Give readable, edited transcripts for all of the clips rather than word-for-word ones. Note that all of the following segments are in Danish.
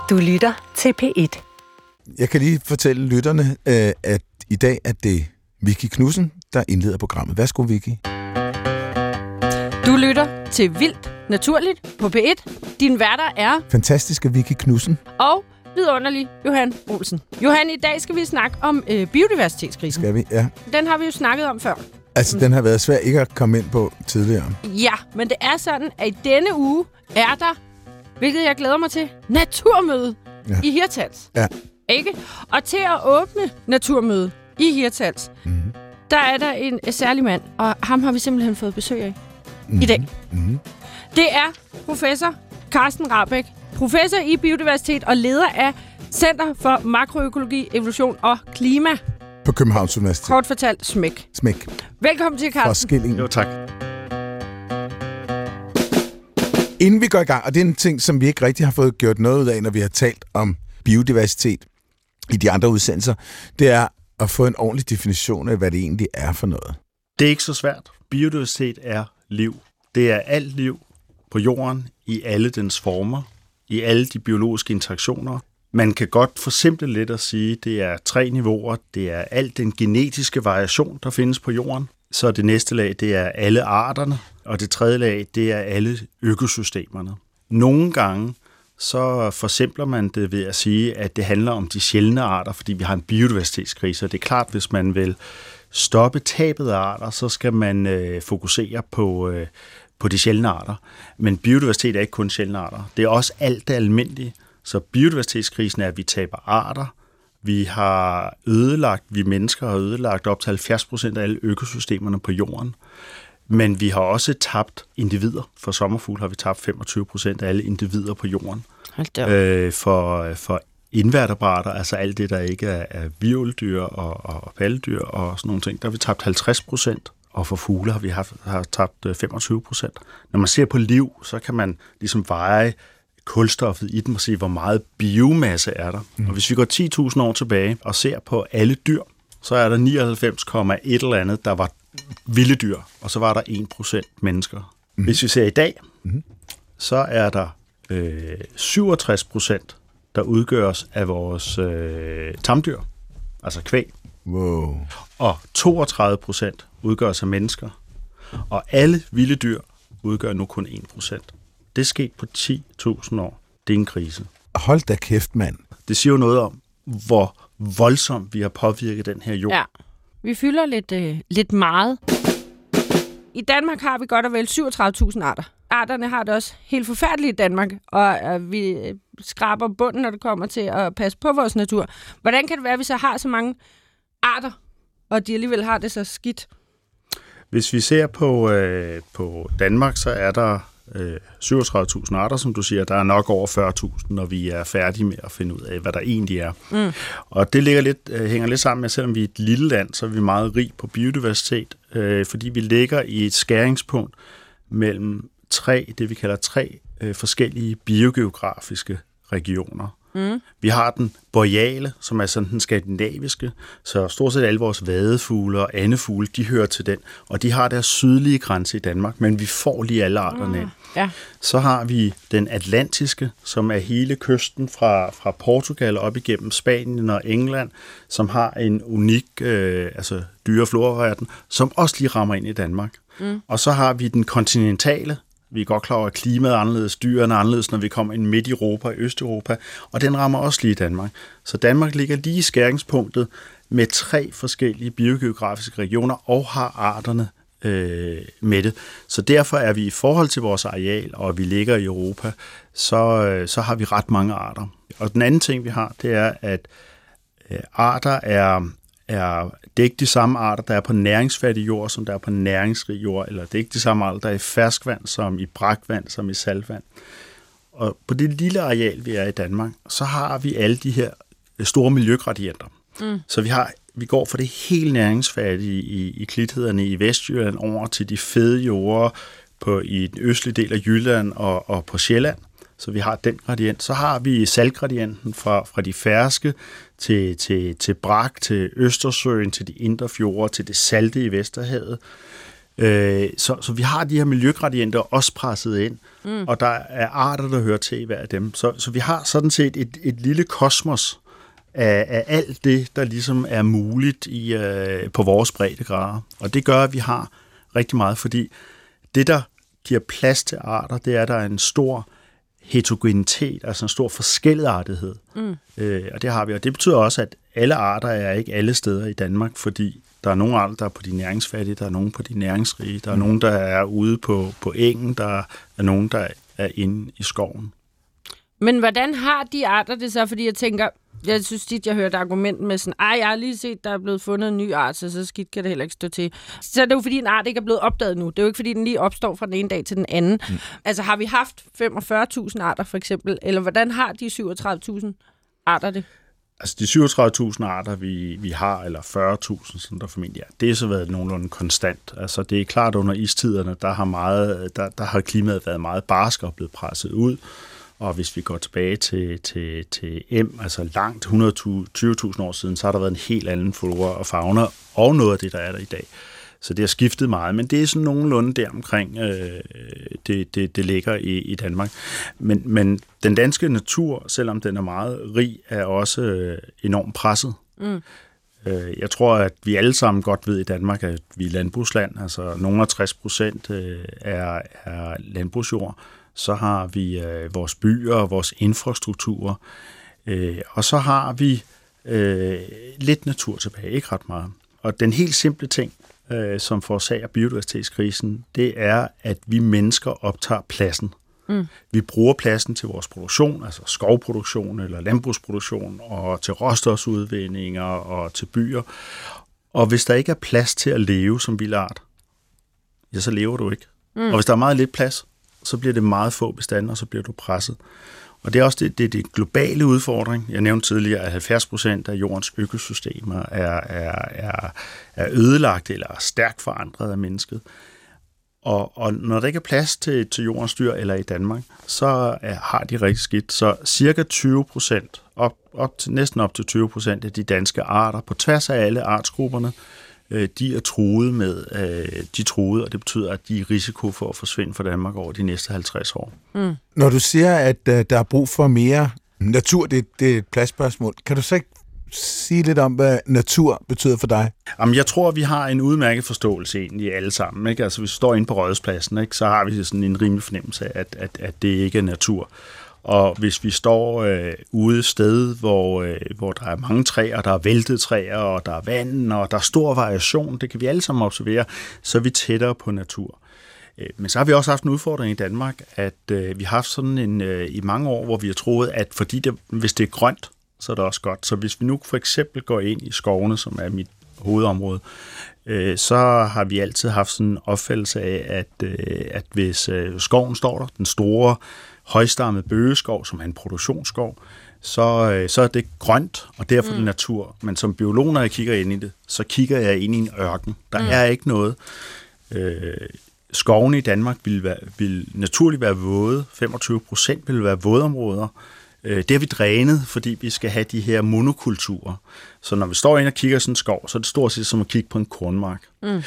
Du lytter til P1. Jeg kan lige fortælle lytterne, at i dag er det Vicky Knudsen, der indleder programmet. Værsgo, Vicky. Du lytter til Vildt Naturligt på P1. Din værter er... Fantastiske Vicky Knudsen. Og vidunderlig Johan Olsen. Johan, i dag skal vi snakke om biodiversitetskrisen. Skal vi? Ja. Den har vi jo snakket om før. Altså, den har været svær ikke at komme ind på tidligere. Ja, men det er sådan, at i denne uge er der, hvilket jeg glæder mig til, naturmøde i Hirtshals. Ja. Ikke? Og til at åbne naturmøde i Hirtshals, der er der en særlig mand, og ham har vi simpelthen fået besøg af i dag. Det er professor Carsten Rahbek, professor i biodiversitet og leder af Center for Makroøkologi, Evolution og Klima. På Københavns Universitet. Kort fortalt, smæk. Smæk. Velkommen til, Carsten. Jo, tak. Inden vi går i gang, og det er en ting, som vi ikke rigtig har fået gjort noget ud af, når vi har talt om biodiversitet i de andre udsendelser, det er at få en ordentlig definition af, hvad det egentlig er for noget. Det er ikke så svært. Biodiversitet er liv. Det er alt liv på jorden i alle dens former, i alle de biologiske interaktioner. Man kan godt forsimple lidt at sige, at det er 3 niveauer. Det er al den genetiske variation, der findes på jorden. Så det næste lag, det er alle arterne. Og det tredje lag, det er alle økosystemerne. Nogle gange så forsimpler man det ved at sige, at det handler om de sjældne arter, fordi vi har en biodiversitetskrise. Og det er klart, hvis man vil stoppe tabet af arter, så skal man fokusere på de sjældne arter. Men biodiversitet er ikke kun sjældne arter. Det er også alt det almindelige. Så biodiversitetskrisen er, at vi taber arter. Vi mennesker har ødelagt op til 70% af alle økosystemerne på jorden. Men vi har også tabt individer. For sommerfugle har vi tabt 25% af alle individer på jorden. For invertebrater, altså alt det, der ikke er hvirveldyr og palledyr og sådan nogle ting, der har vi tabt 50%. Og for fugle har vi har tabt 25%. Når man ser på liv, så kan man ligesom veje kulstoffet i dem og se, hvor meget biomasse er der. Og hvis vi går 10.000 år tilbage og ser på alle dyr, så er der 99,1 eller andet, der var vilde dyr, og så var der 1% mennesker. Hvis vi ser i dag, så er der 67%, der udgøres af vores tamdyr, altså kvæg. Wow. Og 32% udgøres af mennesker. Og alle vilde dyr udgør nu kun 1%. Det er sket på 10.000 år. Det er en krise. Hold da kæft, mand. Det siger jo noget om, hvor voldsomt vi har påvirket den her jord. Ja, vi fylder lidt meget. I Danmark har vi godt og vel 37.000 arter. Arterne har det også helt forfærdeligt i Danmark, og vi skraber bunden, når det kommer til at passe på vores natur. Hvordan kan det være, at vi så har så mange arter, og de alligevel har det så skidt? Hvis vi ser på Danmark, så er der 37.000 arter, som du siger. Der er nok over 40.000, når vi er færdige med at finde ud af, hvad der egentlig er. Og det hænger lidt sammen med, selvom vi er et lille land, så er vi meget rig på biodiversitet, fordi vi ligger i et skæringspunkt mellem det vi kalder tre forskellige biogeografiske regioner. Vi har den boreale, som er sådan den skandinaviske, så stort set alle vores vadefugle og andefugle, de hører til den, og de har deres sydlige grænse i Danmark, men vi får lige alle arterne ind. Ja. Så har vi den atlantiske, som er hele kysten fra Portugal op igennem Spanien og England, som har en unik dyre- og floraverden, som også lige rammer ind i Danmark. Og så har vi den kontinentale. Vi er godt klar over, at klimaet er anderledes, dyrene er anderledes, når vi kommer ind midt i Europa, i Østeuropa, og den rammer også lige Danmark. Så Danmark ligger lige i skæringspunktet med 3 forskellige biogeografiske regioner og har arterne med det. Så derfor er vi i forhold til vores areal, og vi ligger i Europa, så har vi ret mange arter. Og den anden ting, vi har, det er, at arter det er ikke de samme arter, der er på næringsfattig jord, som der er på næringsrig jord, eller det er ikke de samme arter, der er i ferskvand, som i brakvand, som i saltvand. Og på det lille areal, vi er i Danmark, så har vi alle de her store miljøgradienter. Så vi går fra det helt næringsfattige i klithederne i Vestjylland over til de fede jorder i den østlige del af Jylland og på Sjælland. Så vi har den gradient. Så har vi saltgradienten fra de ferske til brak, til Østersøen, til de indre fjorde, til det salte i Vesterhavet. Så vi har de her miljøgradienter også presset ind, og der er arter, der hører til i hver af dem. Så vi har sådan set et lille kosmos af alt det, der ligesom er muligt på vores breddegrader. Og det gør, at vi har rigtig meget, fordi det, der giver plads til arter, det er, at der er en stor heterogenitet, altså en stor forskelligartighed. Og det har vi, og det betyder også, at alle arter er ikke alle steder i Danmark, fordi der er nogle arter, der er på de næringsfattige, der er nogle på de næringsrige, der er nogle, der er ude på engen, der er nogle, der er inde i skoven. Men hvordan har de arter det så? Fordi jeg tænker, jeg synes tit, jeg hørte argument med sådan, jeg har lige set, der er blevet fundet en ny art, så skidt kan det heller ikke stå til. Så er det jo, fordi en art ikke er blevet opdaget nu. Det er jo ikke, fordi den lige opstår fra den ene dag til den anden. Altså, har vi haft 45.000 arter, for eksempel? Eller hvordan har de 37.000 arter det? Altså de 37.000 arter, vi har, eller 40.000, som der formentlig er, det har så været nogenlunde konstant. Altså det er klart, under istiderne, der har klimaet været meget barsk og blevet presset ud. Og hvis vi går tilbage til altså langt 120.000 år siden, så har der været en helt anden flora og fauna, og noget af det, der er der i dag. Så det har skiftet meget, men det er sådan nogenlunde der omkring, det ligger i Danmark. Men den danske natur, selvom den er meget rig, er også enormt presset. Jeg tror, at vi alle sammen godt ved i Danmark, at vi er landbrugsland. Altså nogle af 60% er landbrugsjord. Så har vi vores byer og vores infrastrukturer. Og så har vi lidt natur tilbage, ikke ret meget. Og den helt simple ting, som forårsager biodiversitetskrisen, det er, at vi mennesker optager pladsen. Vi bruger pladsen til vores produktion, altså skovproduktion eller landbrugsproduktion, og til råstofsudvindinger og til byer. Og hvis der ikke er plads til at leve som vildart, ja, så lever du ikke. Og hvis der er meget lidt plads, så bliver det meget få bestande, og så bliver du presset. Og det er også det globale udfordring. Jeg nævnte tidligere, at 70% af jordens økosystemer er ødelagt eller stærkt forandret af mennesket. Og når der ikke er plads til jordens dyr eller i Danmark, så har de rigtig skidt. Så cirka 20%, næsten op til 20% af de danske arter, på tværs af alle artsgrupperne, de er truede, og det betyder, at de er i risiko for at forsvinde fra Danmark over de næste 50 år. Når du siger, at der er brug for mere natur, det er et pladsspørgsmål. Kan du så ikke sige lidt om, hvad natur betyder for dig? Jamen, jeg tror, vi har en udmærket forståelse egentlig alle sammen. Ikke? Altså, hvis vi står inde på Rådhuspladsen, ikke, så har vi sådan en rimelig fornemmelse af, at det ikke er natur. Og hvis vi står ude et sted, hvor der er mange træer, der er væltede træer, og der er vand, og der er stor variation, det kan vi alle sammen observere, så er vi tættere på natur. Men så har vi også haft en udfordring i Danmark, at vi har haft sådan i mange år, hvor vi har troet, at hvis det er grønt, så er det også godt. Så hvis vi nu for eksempel går ind i skovene, som er mit hovedområde, så har vi altid haft sådan en opfattelse af, at hvis skoven står der, den store højstammede bøgeskov, som er en produktionsskov, så er det grønt, og derfor er det natur. Men som biolog, når jeg kigger ind i det, så kigger jeg ind i en ørken. Der er ikke noget. Skovene i Danmark vil naturligt være våde. 25% vil være vådområder. Det har vi drænet, fordi vi skal have de her monokulturer. Så når vi står ind og kigger sådan en skov, så er det stort set som at kigge på en kornmark.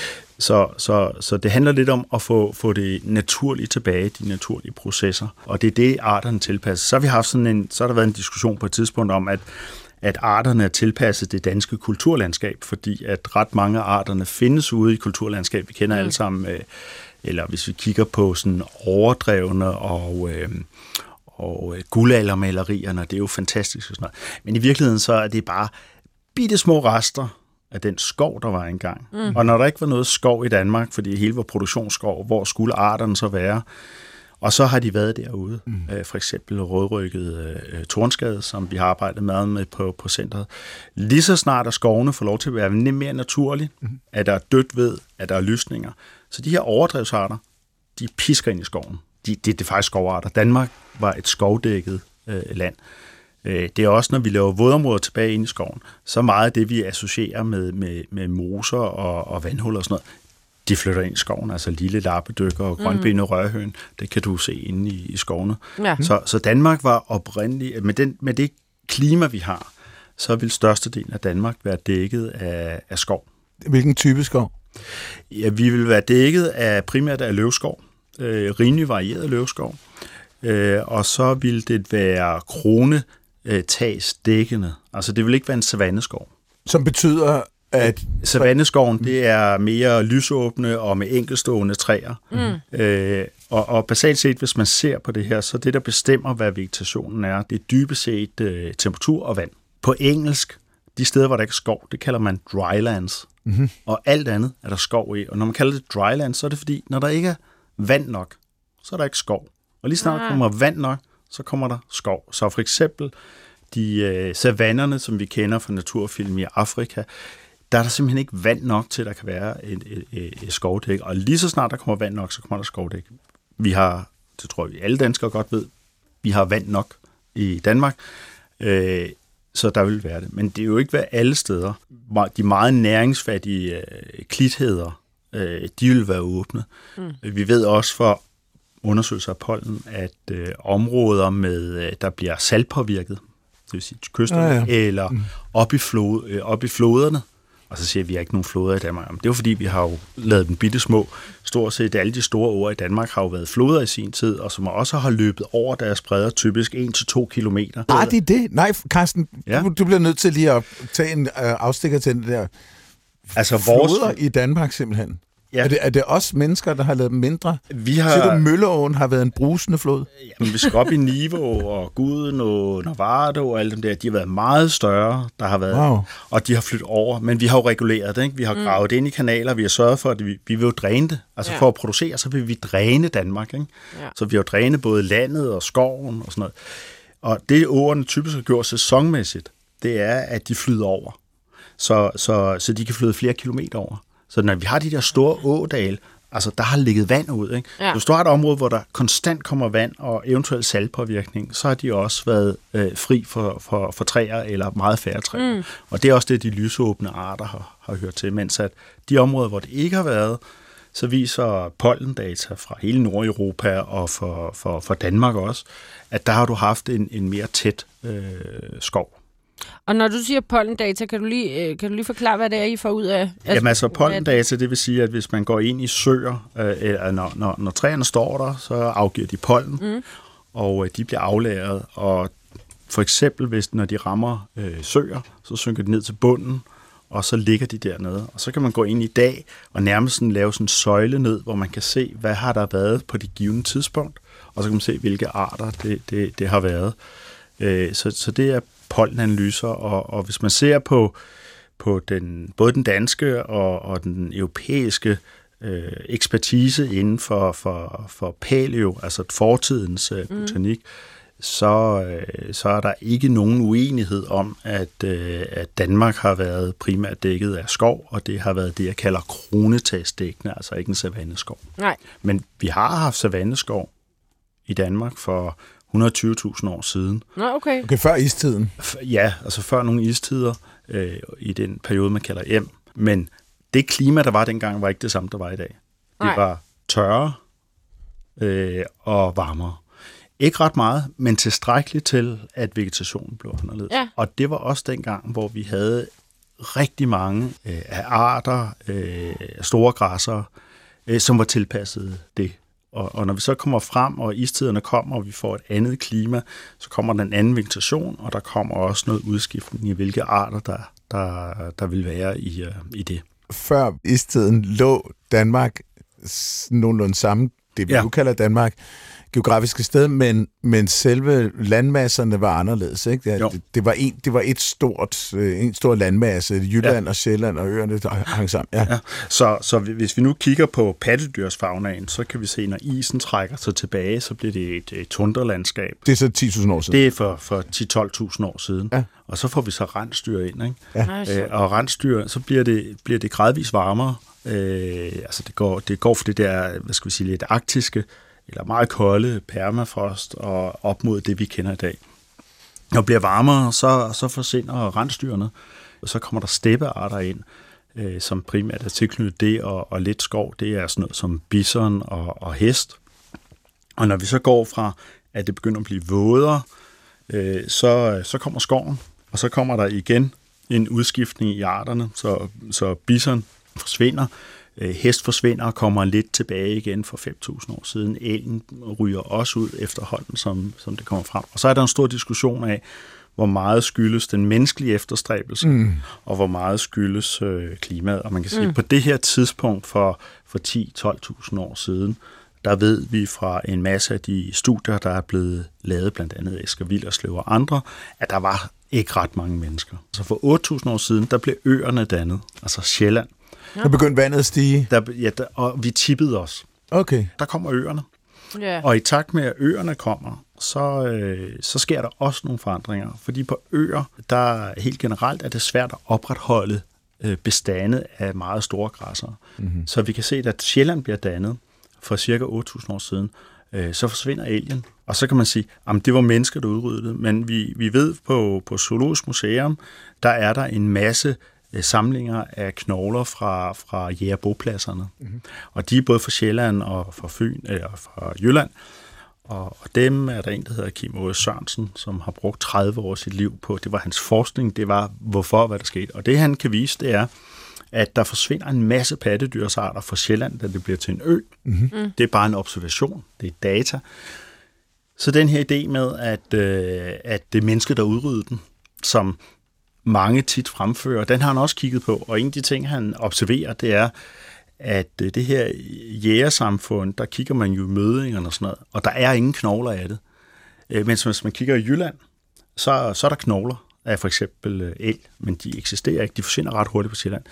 Så det handler lidt om at få det naturlige tilbage, de naturlige processer. Og det er det, arterne tilpasser. Så har der været en diskussion på et tidspunkt om, at arterne er tilpasset det danske kulturlandskab, fordi at ret mange af arterne findes ude i kulturlandskab. Vi kender alle sammen, eller hvis vi kigger på sådan overdrevne og guldaldermalerierne, det er jo fantastisk og sådan noget. Men i virkeligheden så er det bare bitte små rester af den skov, der var engang. Og når der ikke var noget skov i Danmark, fordi hele var produktionsskov, hvor skulle arterne så være? Og så har de været derude. For eksempel rødrykket tornskade, som vi har arbejdet meget med på centret. Lige så snart at skovene får lov til at være mere naturlige, at der er dødt ved, at der er lysninger. Så de her overdrevsarter, de pisker ind i skoven. Det er faktisk skovarter. Danmark var et skovdækket land. Det er også, når vi laver vådområder tilbage ind i skoven, så meget af det, vi associerer med moser og vandhuller og sådan noget, de flytter ind i skoven. Altså lille lappedykker og grønbenet rørhøn, det kan du se inde i skovene. Ja. Så Danmark var oprindeligt, med det klima, vi har, så vil størstedelen af Danmark være dækket af skov. Hvilken type skov? Ja, vi vil være dækket af primært af løvskov, rimelig varieret løvskov, og så vil det være kronetagsdækkende. Altså det vil ikke være en savanneskov. Som betyder, at savanneskoven, det er mere lysåbne og med enkeltstående træer. Og basalt set, hvis man ser på det her, så det, der bestemmer, hvad vegetationen er, det er dybest set temperatur og vand. På engelsk, de steder, hvor der ikke er skov, det kalder man drylands. Mm-hmm. Og alt andet er der skov i. Og når man kalder det drylands, så er det fordi, når der ikke er vand nok, så er der ikke skov. Og lige snart kommer vand nok, så kommer der skov. Så for eksempel de savannerne, som vi kender fra naturfilm i Afrika, der er der simpelthen ikke vand nok til, at der kan være et skovdæk. Og lige så snart der kommer vand nok, så kommer der skovdæk. Vi har, det tror jeg alle danskere godt ved, vi har vand nok i Danmark, så der vil være det. Men det er jo ikke ved alle steder. De meget næringsfattige klitheder, de vil være åbne. Vi ved også for undersøgelser af pollen, at områder, der bliver saltpåvirket, det vil sige kysterne, eller op i floderne, og så siger vi, at vi har ikke nogen floder i Danmark. Men det er jo fordi, vi har jo lavet dem bitte små. Stort set alle de store åer i Danmark har jo været floder i sin tid, og som også har løbet over deres bredder, typisk 1-2 kilometer. Ah, det er det? Nej, Carsten, du bliver nødt til lige at tage en afstikker til den der floder i Danmark simpelthen. Ja. Er det os mennesker, der har lavet dem mindre? Siger du, Mølleåen har været en brusende flod? Jamen, vi skal op i Niveau og Guden og Novardo og alle dem der. De har været meget større, der har været, og de har flyttet over. Men vi har jo reguleret det, ikke? Vi har gravet det ind i kanaler, vi har sørget for, at vi vil jo dræne det. Altså for at producere, så vil vi dræne Danmark, ikke? Ja. Så vi har jo drænet både landet og skoven og sådan noget. Og det åerne typisk har gjort sæsonmæssigt, det er, at de flyder over. Så de kan flyde flere kilometer over. Så når vi har de der store ådale, altså der har ligget vand ud, ikke? Ja. Hvis du har et område, hvor der konstant kommer vand og eventuelt saltpåvirkning, så har de også været fri for træer eller meget færre træer. Og det er også det, de lysåbne arter har hørt til, mens at de områder, hvor det ikke har været, så viser pollendata fra hele Nordeuropa og for Danmark også, at der har du haft en mere tæt skov. Og når du siger pollendata, kan du lige forklare, hvad det er, I får ud af? Jamen altså, pollendata, det vil sige, at hvis man går ind i søer, når træerne står der, så afgiver de pollen, og de bliver aflagret. Og for eksempel, når de rammer søer, så synker de ned til bunden, og så ligger de dernede. Og så kan man gå ind i dag og nærmest lave sådan en søjle ned, hvor man kan se, hvad har der været på det givne tidspunkt, og så kan man se, hvilke arter det har været. Så det er pollenanalyser, og hvis man ser på både den danske og den europæiske ekspertise inden for paleo, altså fortidens botanik, så er der ikke nogen uenighed om, at Danmark har været primært dækket af skov, og det har været det, jeg kalder kronetagsdækkende, altså ikke en savanneskov. Nej. Men vi har haft savanneskov i Danmark for 120.000 år siden. Okay, før istiden? Ja, altså før nogle istider i den periode, man kalder M. Men det klima, der var dengang, var ikke det samme, der var i dag. Det var tørre og varmere. Ikke ret meget, men tilstrækkeligt til, at vegetationen blev anderledes. Ja. Og det var også dengang, hvor vi havde rigtig mange af arter, store græsser, som var tilpasset det. Og når vi så kommer frem, og istiderne kommer, og vi får et andet klima, så kommer der en anden vegetation, og der kommer også noget udskiftning i, hvilke arter, der vil være i det. Før istiden lå Danmark nogenlunde samme, det vi nu kalder Danmark, geografiske sted, men selve landmasserne var anderledes, ikke? Det var en stor landmasse, Jylland og Sjælland og øerne, der hang sammen. Ja. Så hvis vi nu kigger på pattedyrsfaunaen, så kan vi se, når isen trækker sig tilbage, så bliver det et tunderlandskab. Det er så 10.000 år siden? Det er for 10-12.000 år siden. Ja. Og så får vi så rensdyr ind, ikke? Ja. Og rensdyr, så bliver det gradvist varmere. Altså det går for det der, hvad skal vi sige, lidt arktiske, eller meget kolde permafrost og op mod det, vi kender i dag. Når det bliver varmere, så forsvinder rensdyrene, og så kommer der steppearter ind, som primært er tilknyttet det, og lidt skov, det er sådan noget som bison og hest. Og når vi så går fra, at det begynder at blive vådere, så kommer skoven, og så kommer der igen en udskiftning i arterne, så bison forsvinder, Hest forsvinder og kommer lidt tilbage igen for 5.000 år siden. Elgen ryger også ud efterhånden, som det kommer frem. Og så er der en stor diskussion af, hvor meget skyldes den menneskelige efterstræbelse, og hvor meget skyldes klimaet. Og man kan sige, at på det her tidspunkt for 10-12.000 år siden, der ved vi fra en masse af de studier, der er blevet lavet, blandt andet Asger Willerslev og andre, at der var ikke ret mange mennesker. Så for 8.000 år siden, der blev øerne dannet, altså Sjælland. Der begyndte vandet at stige? Og vi tippede os. Okay. Der kommer øerne. Yeah. Og i takt med, at øerne kommer, så sker der også nogle forandringer. Fordi på øer, der helt generelt er det svært at opretholde bestande af meget store græssere. Mm-hmm. Så vi kan se, at Sjælland bliver dannet for cirka 8.000 år siden, så forsvinder elgen. Og så kan man sige, at det var mennesker, der udryddede. Men vi ved på Zoologisk Museum, der er der en masse samlinger af knogler fra jægerbopladserne. Mm-hmm. Og de er både fra Sjælland og fra Fyn, eller fra Jylland. Og dem er der en, der hedder Kim Aage Sørensen, som har brugt 30 år af sit liv på. Det var hans forskning, det var hvorfor, hvad der skete. Og det han kan vise, det er, at der forsvinder en masse pattedyrsarter fra Sjælland, da det bliver til en ø. Mm-hmm. Det er bare en observation, det er data. Så den her idé med, at det er mennesket, der udryddede den, som mange tit fremfører, den har han også kigget på. Og en af de ting, han observerer, det er, at det her jægersamfund, der kigger man jo i mødingerne og sådan noget, og der er ingen knogler af det. Mens hvis man kigger i Jylland, så er der knogler af for eksempel elg, men de eksisterer ikke. De forsvinder ret hurtigt på Sjælland.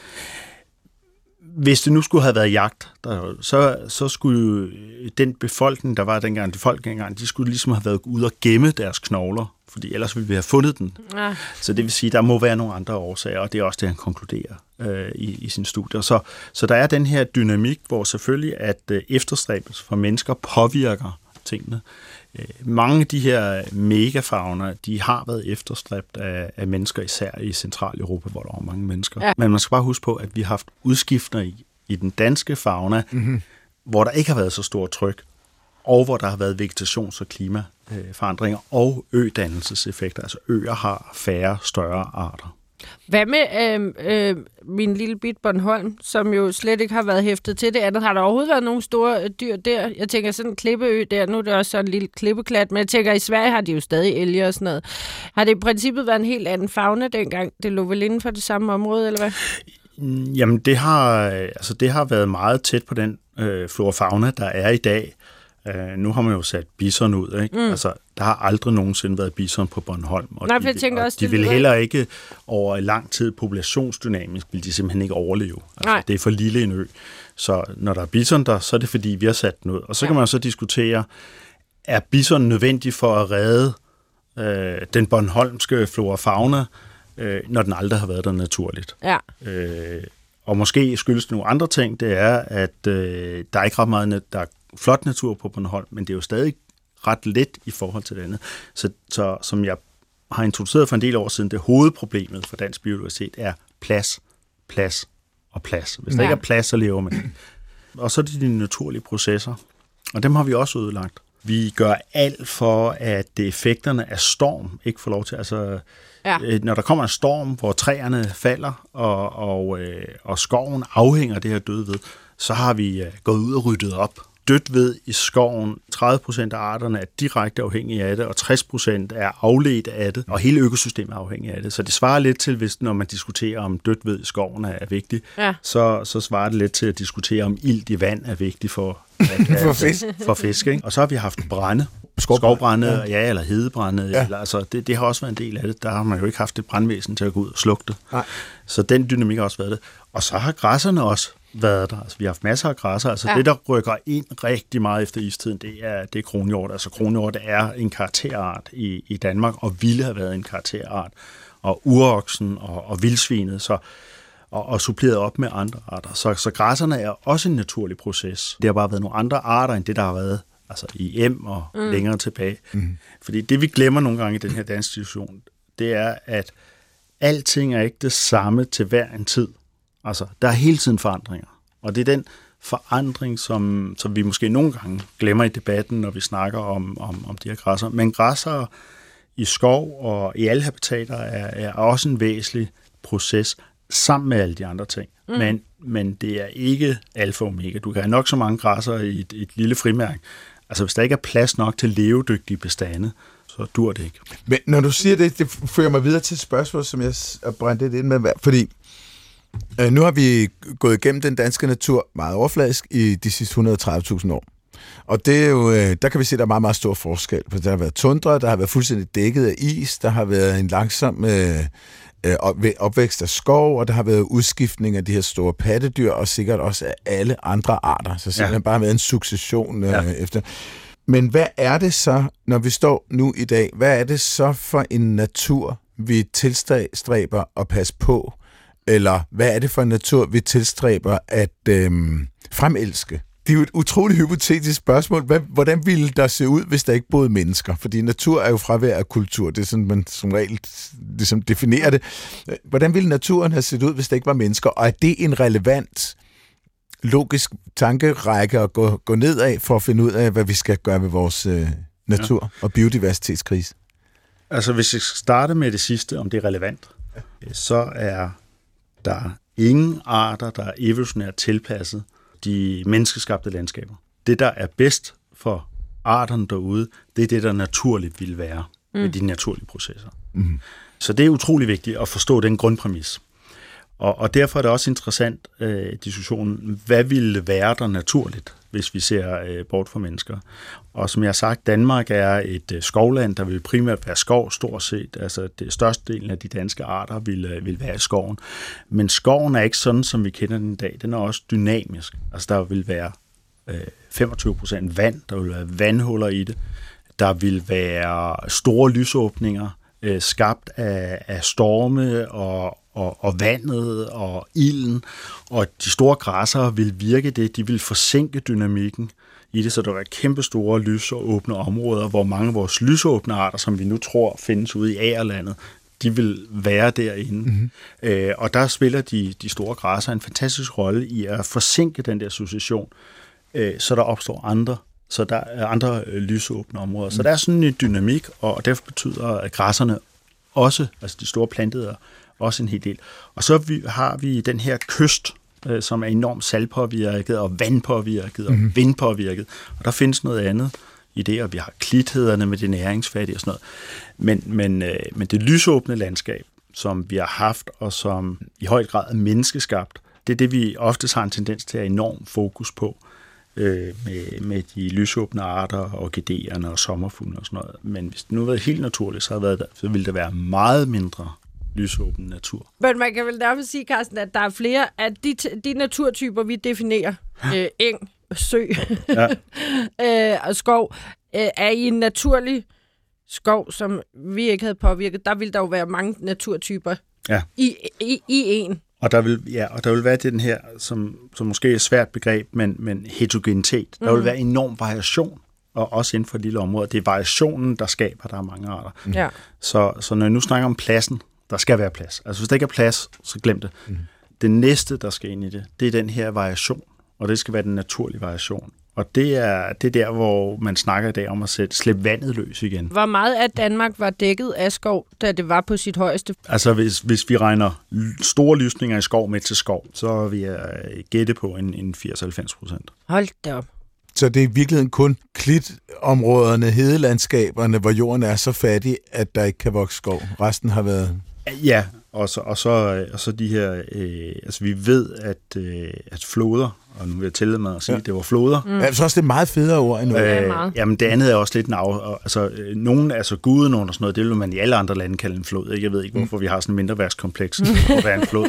Hvis det nu skulle have været jagt, så skulle den befolkning, der var dengang, de skulle ligesom have været ude og gemme deres knogler, fordi ellers ville vi have fundet den. Ja. Så det vil sige, der må være nogle andre årsager, og det er også det, han konkluderer i sine studier. Så der er den her dynamik, hvor selvfølgelig, at efterstræbelse for mennesker påvirker tingene. Mange af de her megafauner, de har været efterstræbt af mennesker, især i Centraleuropa, hvor der er mange mennesker. Ja. Men man skal bare huske på, at vi har haft udskiftninger i den danske fauna, hvor der ikke har været så stort tryk, og hvor der har været vegetations- og klimaforandringer og ødannelseseffekter. Altså øer har færre, større arter. Hvad med min lille bit Bornholm, som jo slet ikke har været hæftet til det andet? Har der overhovedet været nogle store dyr der? Jeg tænker sådan en klippeø der, nu er det også sådan en lille klippeklat, men jeg tænker, i Sverige har de jo stadig elge og sådan noget. Har det i princippet været en helt anden fauna dengang? Det lå vel inden for det samme område, eller hvad? Jamen, det har været meget tæt på den flora-fauna, der er i dag. Nu har man jo sat bison ud, ikke? Altså, der har aldrig nogensinde været bison på Bornholm. Og de vil heller ikke over lang tid populationsdynamisk, vil de simpelthen ikke overleve. Altså, det er for lille en ø. Så når der er bison der, så er det fordi, vi har sat den ud. Og så kan man så diskutere, er bison nødvendig for at redde den bornholmske flora-fauna, når den aldrig har været der naturligt? Ja. Og måske skyldes det nogle andre ting, det er, at der er ikke ret meget, der er flot natur på Bornholm, men det er jo stadig ret let i forhold til det andet. Så som jeg har introduceret for en del år siden, det hovedproblemet for dansk biodiversitet er plads, plads og plads. Hvis der ikke er plads, så lever man ikke. Og så er det de naturlige processer, og dem har vi også udlagt. Vi gør alt for, at effekterne af storm ikke får lov til, når der kommer en storm, hvor træerne falder, og skoven afhænger af det her døde ved, så har vi gået ud og ryddet op. Dødt ved i skoven, 30% af arterne er direkte afhængige af det, og 60% er afledt af det, og hele økosystemet er afhængig af det. Så det svarer lidt til, hvis når man diskuterer, om dødt ved i skoven er vigtigt, så svarer det lidt til at diskutere, om ilt i vand er vigtigt for fisk. Ikke? Og så har vi haft brænde. Skovbrænde, eller hedebrænde. Ja. Eller, det har også været en del af det. Der har man jo ikke haft et brandvæsen til at gå ud og slukke det. Nej. Så den dynamik har også været det. Og så har græsserne også været der. Altså, vi har haft masser af græsser. Altså, det, der rykker ind rigtig meget efter istiden, det er kronhjort. Altså, kronhjort er en karakterart i Danmark, og ville have været en karakterart. Og uroksen og vildsvinet, og suppleret op med andre arter. Så græsserne er også en naturlig proces. Det har bare været nogle andre arter, end det, der har været i og længere tilbage. Mm. Fordi det, vi glemmer nogle gange i den her danske diskussion, det er, at alting er ikke det samme til hver en tid. Altså, der er hele tiden forandringer. Og det er den forandring, som vi måske nogle gange glemmer i debatten, når vi snakker om de her græsser. Men græsser i skov og i alle habitater er også en væsentlig proces. sammen med alle de andre ting. Men det er ikke alfa og omega. Du kan have nok så mange græsser i et lille frimærke. Altså, hvis der ikke er plads nok til levedygtige bestande, så dur det ikke. Men når du siger det fører mig videre til et spørgsmål, som jeg har brændt lidt ind med. Fordi nu har vi gået igennem den danske natur meget overfladisk i de sidste 130.000 år. Og det er jo, der kan vi se, at der er meget, meget stor forskel. For der har været tundra, der har været fuldstændig dækket af is, der har været en langsom opvækst af skov, og der har været udskiftning af de her store pattedyr, og sikkert også af alle andre arter. Så simpelthen bare været en succession efter. Men hvad er det så, når vi står nu i dag, hvad er det så for en natur, vi tilstræber at passe på? Eller hvad er det for en natur, vi tilstræber at fremelske? Det er jo et utroligt hypotetisk spørgsmål. Hvordan ville der se ud, hvis der ikke boede mennesker? Fordi natur er jo fravær af kultur. Det er sådan, man som regel ligesom definerer det. Hvordan ville naturen have set ud, hvis der ikke var mennesker? Og er det en relevant, logisk tankerække at gå ned af, for at finde ud af, hvad vi skal gøre med vores natur- og biodiversitetskrise? Altså, hvis jeg starter med det sidste, om det er relevant, så er der ingen arter, der er evolutionært tilpasset de menneskeskabte landskaber. Det, der er bedst for arterne derude, det er det, der naturligt vil være med de naturlige processer. Så det er utrolig vigtigt at forstå den grundpræmis. Og derfor er det også interessant diskussionen, hvad ville være der naturligt, hvis vi ser bort fra mennesker. Og som jeg har sagt, Danmark er et skovland, der vil primært være skov stort set. Altså det største del af de danske arter vil være i skoven. Men skoven er ikke sådan, som vi kender den i dag. Den er også dynamisk. Altså der vil være 25% vand, der vil være vandhuller i det. Der vil være store lysåbninger, skabt af storme og vandet og ilden, og de store græsser vil virke det, de vil forsinke dynamikken i det, så der er kæmpe store lys- og åbne områder, hvor mange af vores lysåbne arter, som vi nu tror findes ude i agerlandet, de vil være derinde. Og der spiller de store græsser en fantastisk rolle i at forsinke den der succession, så der opstår andre lysåbne områder. Så der er sådan en dynamik, og derfor betyder at græsserne også, altså de store planteder, også en hel del. Og så har vi den her kyst, som er enormt saltpåvirket og vandpåvirket og vindpåvirket. Og der findes noget andet i det, og vi har klithederne med det næringsfattige og sådan noget. Men det lysåbne landskab, som vi har haft, og som i høj grad er menneskeskabt, det er det, vi ofte har en tendens til at have enorm fokus på med de lysåbne arter, orkidéerne og sommerfugle og sådan noget. Men hvis det nu havde været helt naturligt, så ville der være meget mindre lysåben natur. Men man kan vel derfor sige, Carsten, at der er flere af de naturtyper, vi definerer, eng, sø og skov, er i en naturlig skov, som vi ikke havde påvirket. Der ville der jo være mange naturtyper i en. Og der vil være den her, som måske er et svært begreb, men heterogenitet. Der vil være enorm variation, og også inden for et lille område. Det er variationen, der skaber, der er mange arter. Ja. Så når jeg nu snakker om pladsen, der skal være plads. Altså hvis der ikke er plads, så glem det. Det næste, der skal ind i det, det er den her variation, og det skal være den naturlige variation. Og det er der, hvor man snakker i dag om at slippe vandet løs igen. Hvor meget af Danmark var dækket af skov, da det var på sit højeste? Altså hvis vi regner store lysninger i skov med til skov, så vil jeg gætte på en 80-90%. Hold da op. Så det er i virkeligheden kun klitområderne, hedelandskaberne, hvor jorden er så fattig, at der ikke kan vokse skov. Resten har været... Ja, og så de her... altså vi ved, at floder, og nu vil jeg tillade mig at sige, at det var floder. Ja, så også det er meget federe ord end noget. Jamen det andet er også lidt nogen er så guden og sådan noget, det vil man i alle andre lande kalde en flod. Ikke? Jeg ved ikke, hvorfor vi har sådan en mindreværdskompleks at være en flod.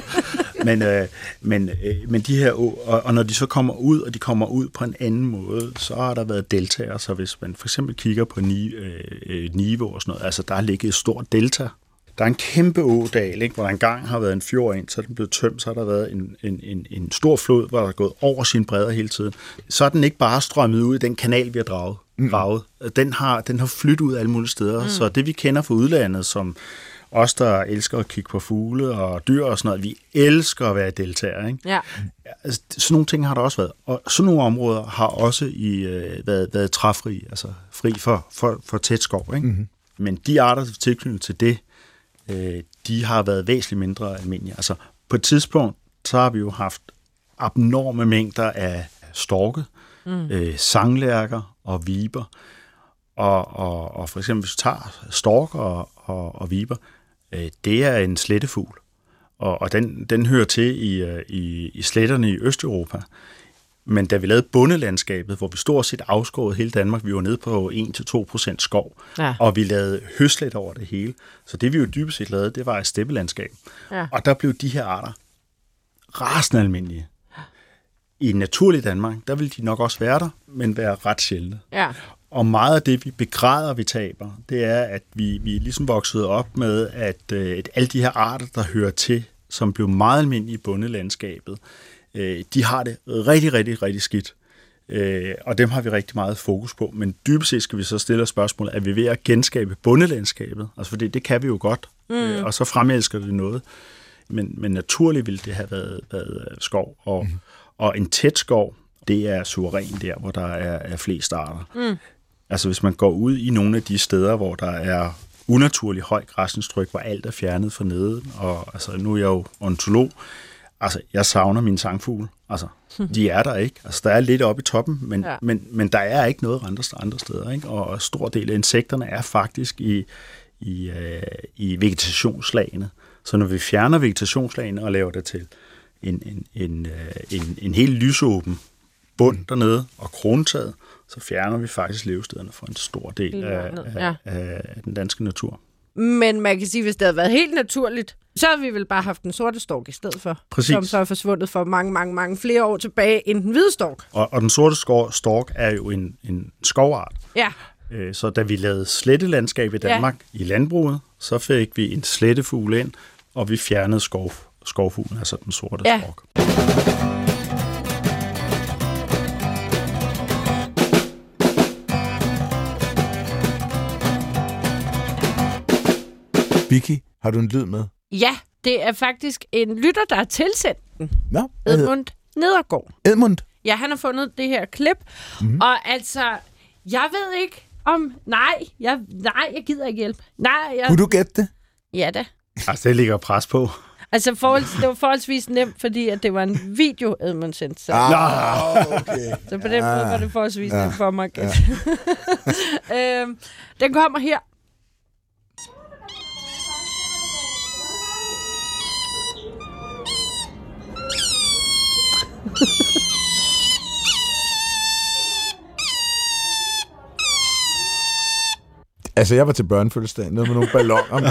Men de her, og når de så kommer ud, og de kommer ud på en anden måde, så har der været deltaer. Så hvis man for eksempel kigger på Nive og sådan noget, altså der har ligget et stort delta. Der er en kæmpe ådal, ikke, hvor der engang har været en fjord ind, så er den blevet tømt, så har der været en stor flod, hvor der er gået over sine bredder hele tiden. Så er den ikke bare strømmet ud i den kanal, vi har gravet. Den har flyttet ud alle mulige steder. Så det, vi kender fra udlandet, som os, der elsker at kigge på fugle og dyr og sådan noget, vi elsker at være deltagere. Ikke? Ja. Altså, sådan nogle ting har der også været. Og sådan nogle områder har også været træfri, altså fri for tæt skov. Ikke? Men de arter, der tilknyttet til det, de har været væsentligt mindre almindelige. Altså på et tidspunkt, så har vi jo haft abnorme mængder af storke, sanglærker og viber. Og for eksempel, hvis du tager stork og viber, det er en slettefugl. Og den hører til i sletterne i Østeuropa. Men da vi lavede bundelandskabet, hvor vi stort set afskårede hele Danmark, vi var nede på 1-2% skov, og vi lavede høslet over det hele. Så det vi jo dybest set lavede, det var et steppelandskab. Ja. Og der blev de her arter rasende almindelige. I naturlig Danmark, der vil de nok også være der, men være ret sjældne. Ja. Og meget af det, vi begræder, vi taber, det er, at vi ligesom voksede op med, at alle de her arter, der hører til, som blev meget almindelige i bundelandskabet, de har det rigtig, rigtig, rigtig skidt. Og dem har vi rigtig meget fokus på. Men dybest set skal vi så stille spørgsmålet, er vi ved at genskabe bundelandskabet? Altså fordi det kan vi jo godt, og så fremelsker det noget. Men naturligt ville det have været skov. Og en tæt skov, det er suveræn der, hvor der er flest arter. Altså hvis man går ud i nogle af de steder, hvor der er unaturligt højt græsningstryk, hvor alt er fjernet fra neden, og altså, nu er jeg jo ornitolog, altså jeg savner mine sangfugle, altså de er der ikke, altså der er lidt oppe i toppen, men der er ikke noget andre steder, ikke? Og stor del af insekterne er faktisk i vegetationslagene, så når vi fjerner vegetationslagene og laver det til en helt lysåben bund dernede og krontaget, så fjerner vi faktisk levestederne for en stor del af den danske natur. Men man kan sige, hvis det havde været helt naturligt, så havde vi vel bare haft den sorte stork i stedet for. Præcis. Som så er forsvundet for mange flere år tilbage end den hvide stork. Og den sorte stork er jo en skovart. Ja. Så da vi lavede slettelandskab i Danmark i landbruget, så fik vi en slettefugl ind, og vi fjernede skovfuglen, altså den sorte stork. Vicky, har du en lyd med? Ja, det er faktisk en lytter, der har tilsendt den. Nå, Edmund Nedergaard. Edmund? Ja, han har fundet det her klip. Og altså, jeg ved ikke om... Nej, jeg gider ikke hjælpe. Kunne du gætte det? Ja da. Altså, det ligger pres på. Altså, det var forholdsvis nemt, fordi at det var en video, Edmund sendte sig. Okay. Så på den måde var det forholdsvis nemt for mig at gætte. Den kommer her. Altså, jeg var til børnefødselsdag, noget med nogle balloner.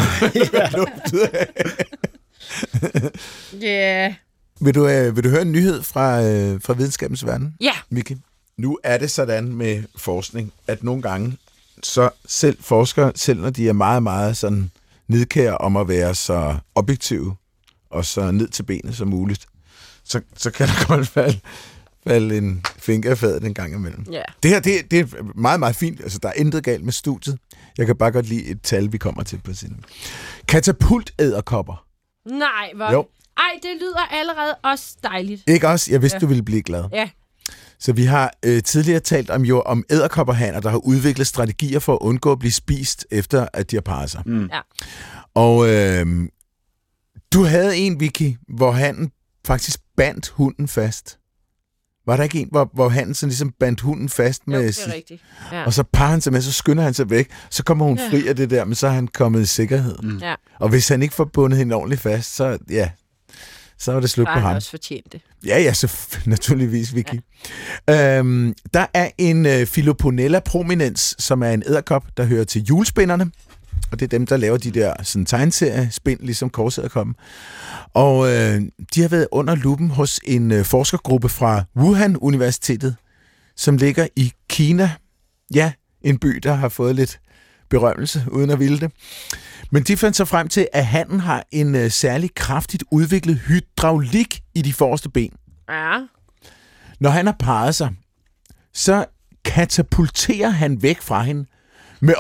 Ja. Vil du høre en nyhed fra videnskabens verden? Ja. Vicky? Nu er det sådan med forskning, at nogle gange, så selv forskere, selv når de er meget, meget sådan nidkære om at være så objektive, og så ned til benet som muligt, så kan der godt falde en finger af fadet en gang imellem. Yeah. Det her, det er meget, meget fint. Altså, der er intet galt med studiet. Jeg kan bare godt lide et tal, vi kommer til på siden. Katapultæderkopper. Nej, hvor... Jo. Ej, det lyder allerede også dejligt. Ikke også? Jeg vidste, du ville blive glad. Ja. Så vi har tidligere talt om edderkopperhanner, der har udviklet strategier for at undgå at blive spist, efter at de har parret sig. Ja. Og du havde en, Vicky, hvor hannen faktisk bandt hunden fast. Var der ikke en, hvor hannen sådan ligesom bandt hunden fast med... Jo, det er rigtigt. Ja. Og så parer han sig med, så skynder han sig væk. Så kommer hun fri af det der, men så er han kommet i sikkerhed. Ja. Og hvis han ikke får bundet hende ordentligt fast, så var det slut på ham. Har også fortjent det. Ja, så naturligvis, Vicky. Ja. Der er en Philoponella prominens, som er en edderkop, der hører til julespinderne. Og det er dem, der laver de der sådan tegneseriespind, ligesom korsæderkoppen. Og de har været under luppen hos en forskergruppe fra Wuhan-universitetet, som ligger i Kina. Ja, en by, der har fået lidt berømmelse, uden at ville det. Men de fandt så frem til, at hannen har en særlig kraftigt udviklet hydraulik i de forreste ben. Ja. Når han har parret sig, så katapulterer han væk fra hende med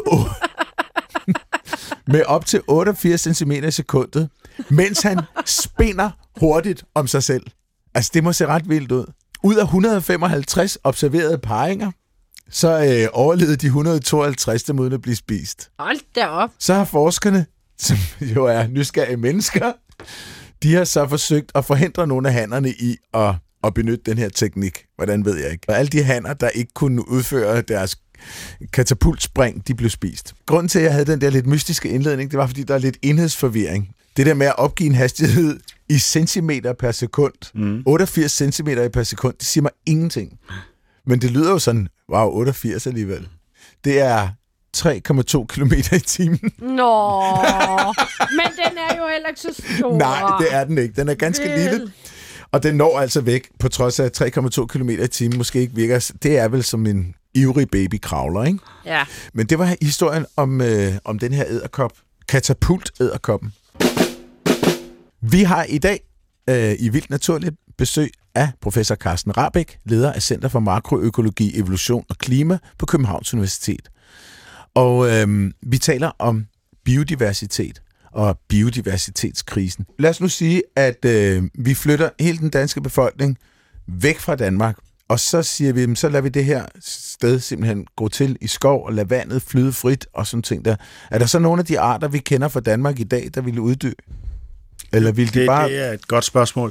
op til 88 cm i sekundet, mens han spinder hurtigt om sig selv. Altså, det må se ret vildt ud. Ud af 155 observerede parringer, så overlevede de 152 dem uden at blive spist. Hold da op. Så har forskerne, som jo er nysgerrige mennesker, De har så forsøgt at forhindre nogle af hannerne i at benytte den her teknik. Hvordan ved jeg ikke. Og alle de hanner, der ikke kunne udføre deres katapultspring, de blev spist. Grunden til, at jeg havde den der lidt mystiske indledning, det var, fordi der er lidt enhedsforvirring. Det der med at opgive en hastighed i centimeter per sekund, 88 centimeter per sekund, det siger mig ingenting. Men det lyder jo sådan, wow, 88 alligevel. Det er 3,2 kilometer i timen. Nå, men den er jo heller ikke så stor. Nej, det er den ikke. Den er ganske lille. Og den når altså væk, på trods af 3,2 kilometer i timen måske ikke virker. Det er vel som en ivrig baby kravler, ikke? Ja. Men det var historien om den her edderkop. Katapult-edderkoppen. Vi har i dag i Vildt Naturligt besøg af professor Carsten Rahbek, leder af Center for Makroøkologi, Evolution og Klima på Københavns Universitet. Og vi taler om biodiversitet og biodiversitetskrisen. Lad os nu sige, at vi flytter hele den danske befolkning væk fra Danmark, og så siger vi, så lader vi det her sted simpelthen gå til i skov og lade vandet flyde frit og sådan ting der. Er der så nogle af de arter, vi kender fra Danmark i dag, der ville uddø? Eller ville de bare... Det er et godt spørgsmål.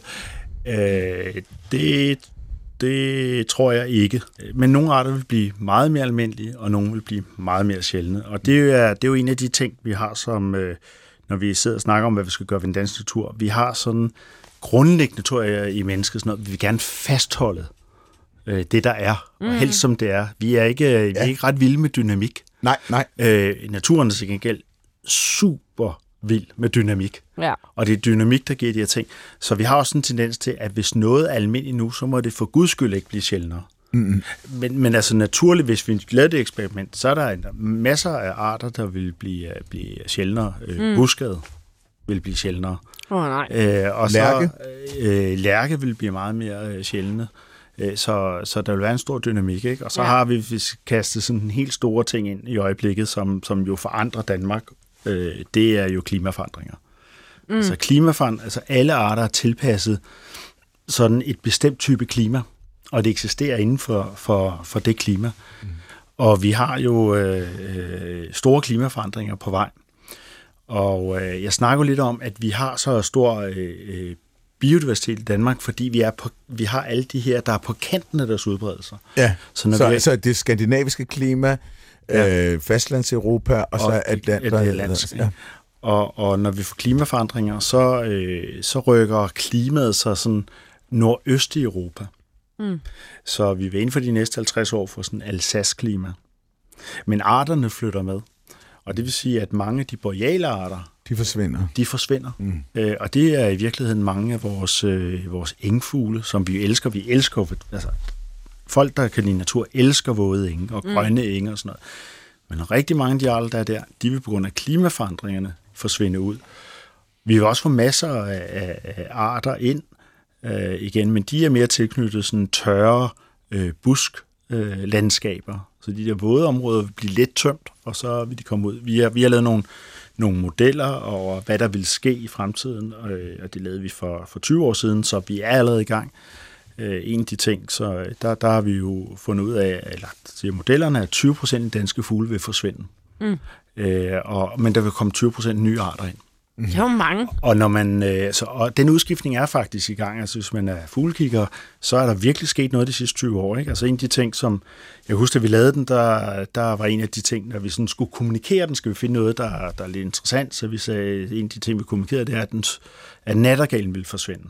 Det tror jeg ikke. Men nogle arter vil blive meget mere almindelige, og nogle vil blive meget mere sjældne. Og det er jo en af de ting, vi har som, når vi sidder og snakker om, hvad vi skal gøre ved den danske natur. Vi har sådan grundlæggende, tror jeg, i mennesket, sådan noget, vi vil gerne fastholde det, der er, og helst som det er. Vi er ikke ret vilde med dynamik. Nej. Naturen er til gengæld super vild med dynamik. Ja. Og det er dynamik, der giver de her ting. Så vi har også en tendens til, at hvis noget er almindeligt nu, så må det for guds skyld ikke blive sjældnere. Men altså naturligt, hvis vi lavede det eksperiment, så er der masser af arter, der vil blive sjældnere. Buskade vil blive sjældnere. Nej. Og lærke? Så lærke vil blive meget mere sjældne. Så der vil være en stor dynamik, ikke? Og så har vi kastet sådan en helt store ting ind i øjeblikket, som jo forandrer Danmark. Det er jo klimaforandringer. Altså alle arter er tilpasset sådan et bestemt type klima, og det eksisterer inden for det klima. Og vi har jo store klimaforandringer på vej. Og jeg snakker lidt om, at vi har så stor biodiversitet i Danmark, fordi vi har alle de her, der er på kanten af deres udbredelser. Ja, så det skandinaviske klima, fastlands-Europa og så Atlantisk. Ja. Og når vi får klimaforandringer, så rykker klimaet sig sådan nordøst i Europa. Så vi vil inden for de næste 50 år få sådan Alsace-klima. Men arterne flytter med. Og det vil sige, at mange af de boreale arter, de forsvinder. Og det er i virkeligheden mange af vores engfugle, som vi elsker. Vi elsker, altså folk, der kan lide natur, elsker våde enge og grønne enge og sådan noget. Men rigtig mange af de arter, der er de vil på grund af klimaforandringerne forsvinde ud. Vi vil også få masser af arter ind igen, men de er mere tilknyttet sådan tørre busklandskaber. Så de der våde områder vil blive let tømt, og så vil de komme ud. Vi har lavet nogle modeller over, hvad der vil ske i fremtiden, og det lavede vi for 20 år siden, så vi er allerede i gang. En af de ting, så der har vi jo fundet ud af, at modellerne er 20% af danske fugle vil forsvinde. Men der vil komme 20% nye arter ind. Det er jo mange. Og når man og den udskiftning er faktisk i gang. Altså hvis man er fuglekigger, så er der virkelig sket noget de sidste 20 år. Ikke? Altså en af de ting, som jeg husker, at vi lavede den, der var en af de ting, når vi sådan skulle kommunikere den, skal vi finde noget, der er lidt interessant. Så vi sagde, en af de ting, vi kommunikerede, det er, at nattergalen ville forsvinde.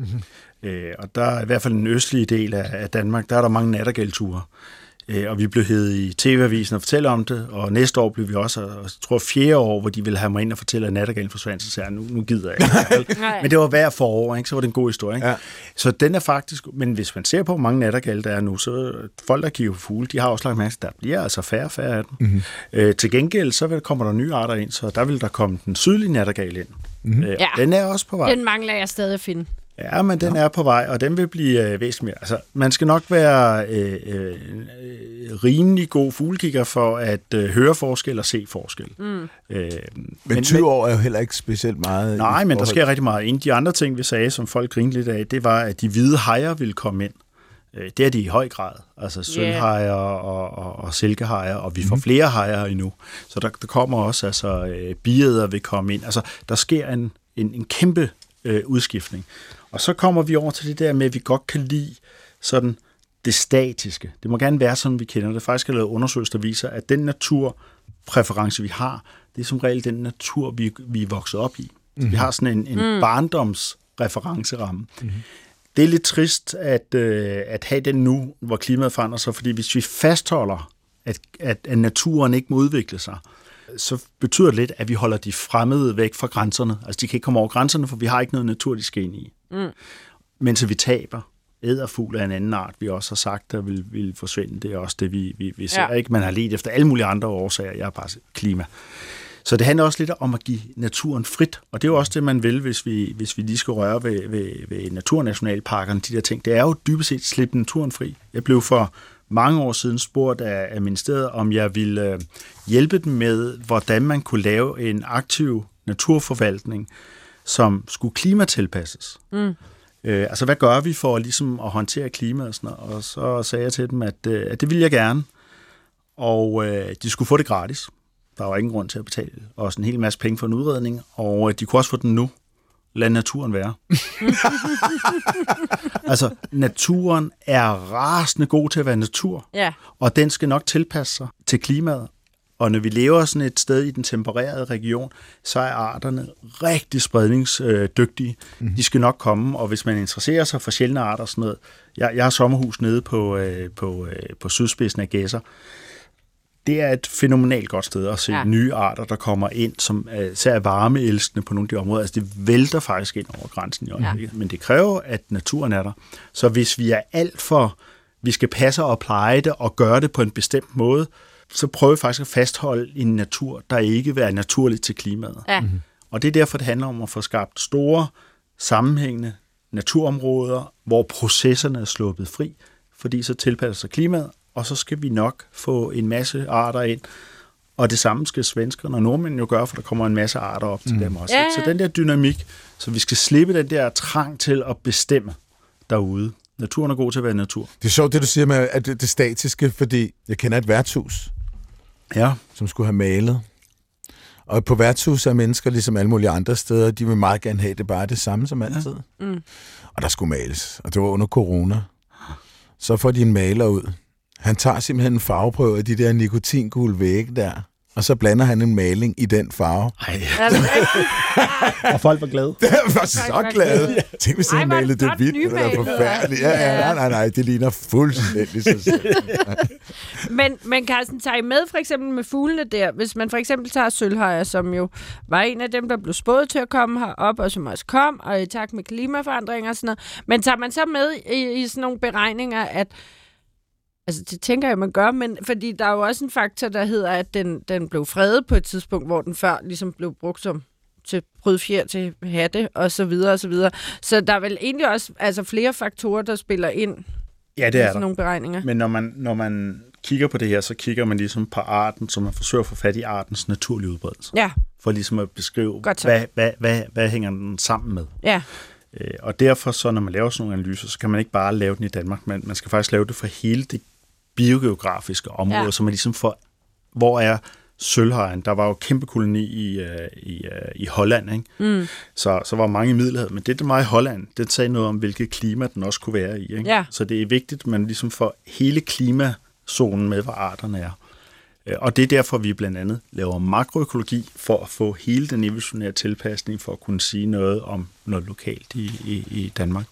Og der er i hvert fald den østlige del af Danmark, der er der mange nattergalture. Og vi blev heddet i TV-avisen og fortælle om det, og næste år blev vi også, jeg tror 4. år, hvor de ville have mig ind og fortælle, at nattergalen forsvandt, så sagde jeg, nu gider jeg ikke. Men det var hver forår, ikke? Så var det en god historie. Ikke? Ja. Så den er faktisk, men hvis man ser på, hvor mange nattergale der er nu, så folk, der kigger på fugle, de har også lagt mærke til, der bliver altså færre af dem. Til gengæld, så kommer der nye arter ind, så der vil der komme den sydlige nattergal ind. Den er også på vej. Den mangler jeg stadig at finde. Ja, men den er på vej, og den vil blive væsentligt mere. Altså, man skal nok være rimelig god fuglekigger for at høre forskel og se forskel. Men 20 år er jo heller ikke specielt meget. Nej, men der sker rigtig meget. En af de andre ting, vi sagde, som folk grinede lidt af, det var, at de hvide hajer ville komme ind. Det er de i høj grad. Altså sølvhajer og silkehajer, og vi får flere hajer endnu. Så der kommer også, biæder vil komme ind. Altså, der sker en kæmpe udskiftning. Og så kommer vi over til det der med, at vi godt kan lide sådan det statiske. Det må gerne være sådan, vi kender det. Faktisk er lavet undersøgelser, der viser, at den naturpræference, vi har, det er som regel den natur, vi er vokset op i. Mm-hmm. Vi har sådan en barndomsreferenceramme. Mm-hmm. Det er lidt trist at have den nu, hvor klimaet forandrer sig, fordi hvis vi fastholder, at naturen ikke må udvikle sig, så betyder det lidt, at vi holder de fremmede væk fra grænserne. Altså, de kan ikke komme over grænserne, for vi har ikke noget natur, de skal ind i. Mm. Men så vi taber. Edderfugl af en anden art, vi også har sagt, der vil forsvinde. Det er også det, vi ser. Ja. Ikke? Man har ledt efter alle mulige andre årsager. Jeg er bare klima. Så det handler også lidt om at give naturen frit, og det er jo også det, man vil, hvis vi lige skal røre ved naturnationalparkerne, de der ting. Det er jo dybest set slippe naturen fri. Jeg blev for mange år siden spurgt af ministeriet, om jeg ville hjælpe dem med, hvordan man kunne lave en aktiv naturforvaltning, som skulle klimatilpasses. Mm. Altså, hvad gør vi for ligesom at håndtere klimaet og sådan noget? Og så sagde jeg til dem, at det ville jeg gerne, og de skulle få det gratis. Der var ingen grund til at betale os en hel masse penge for en udredning, og de kunne også få den nu. Lad naturen være. Altså, naturen er rasende god til at være natur, ja. Og den skal nok tilpasse sig til klimaet. Og når vi lever sådan et sted i den tempererede region, så er arterne rigtig spredningsdygtige. Mm-hmm. De skal nok komme, og hvis man interesserer sig for sjældne arter og sådan noget. Jeg har sommerhus nede på sydspidsen af Gedser. Det er et fænomenalt godt sted at se nye arter, der kommer ind, som er varmeelskende på nogle af de områder. Altså, det vælter faktisk ind over grænsen i øjeblikket. Men det kræver, at naturen er der. Så hvis vi er vi skal passe og pleje det og gøre det på en bestemt måde, så prøver vi faktisk at fastholde en natur, der ikke vil være naturligt til klimaet. Ja. Mm-hmm. Og det er derfor, det handler om at få skabt store, sammenhængende naturområder, hvor processerne er sluppet fri, fordi så tilpasser sig klimaet, og så skal vi nok få en masse arter ind. Og det samme skal svenskerne og nordmændene jo gøre, for der kommer en masse arter op til dem også. Ja. Så den der dynamik, så vi skal slippe den der trang til at bestemme derude. Naturen er god til at være natur. Det er sjovt, det du siger med at det statiske, fordi jeg kender et værtshus, som skulle have malet. Og på værtshus er mennesker, ligesom alle mulige andre steder, de vil meget gerne have det bare det samme som altid. Ja. Mm. Og der skulle males, og det var under corona. Så får de en maler ud. Han tager simpelthen en farveprøve af de der nikotingule vægge der, og så blander han en maling i den farve. Og folk var glade. Det var så glade. Tænk, hvis han malede det hvidt. Det var forfærdeligt. Nej, det ligner fuldstændig sig selv. Men Carsten, tager I med for eksempel med fuglene der? Hvis man for eksempel tager sølvhajer, som jo var en af dem, der blev spået til at komme herop, og som også kom, og i takt med klimaforandringer og sådan noget. Men tager man så med i sådan nogle beregninger, at altså, det tænker jeg, man gør, men fordi der er jo også en faktor, der hedder, at den blev fredet på et tidspunkt, hvor den før ligesom blev brugt som til prydfjer, til hatte, og så videre, og så videre. Så der er vel egentlig også flere faktorer, der spiller ind i sådan nogle beregninger. Men når man kigger på det her, så kigger man ligesom på arten, så man forsøger at få fat i artens naturlige udbredelse. Ja. For ligesom at beskrive, hvad hænger den sammen med. Ja. Og derfor, så når man laver sådan nogle analyser, så kan man ikke bare lave den i Danmark, men man skal faktisk lave det for hele det biogeografiske område, så man ligesom får, hvor er sølvhajen? Der var jo kæmpe koloni i Holland, ikke? Mm. Så var mange i Middelhavet, men det der var i Holland, det sagde noget om, hvilket klima den også kunne være i, ikke? Ja. Så det er vigtigt, at man ligesom får hele klimazonen med, hvor arterne er. Og det er derfor, vi blandt andet laver makroøkologi, for at få hele den evolutionære tilpasning, for at kunne sige noget om noget lokalt i Danmark.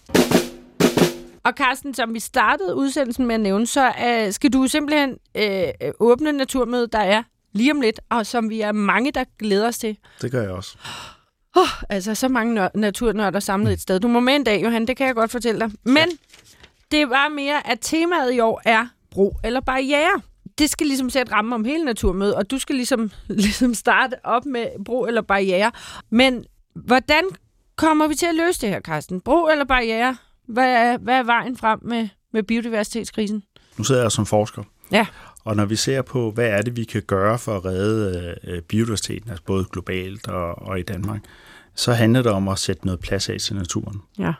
Og Carsten, som vi startede udsendelsen med at nævne, så skal du simpelthen åbne naturmødet, der er lige om lidt, og som vi er mange, der glæder os til. Det gør jeg også. Altså, så mange naturnørder samlet et sted. Du må med en dag, Johan, det kan jeg godt fortælle dig. Men det var mere, at temaet i år er bro eller barriere. Det skal ligesom sætte ramme om hele naturmødet, og du skal ligesom starte op med bro eller barriere. Men hvordan kommer vi til at løse det her, Carsten? Bro eller barriere? Hvad er vejen frem med biodiversitetskrisen? Nu sidder jeg som forsker. Ja. Og når vi ser på, hvad er det, vi kan gøre for at redde biodiversiteten, altså både globalt og i Danmark, så handler det om at sætte noget plads af til naturen. Ja.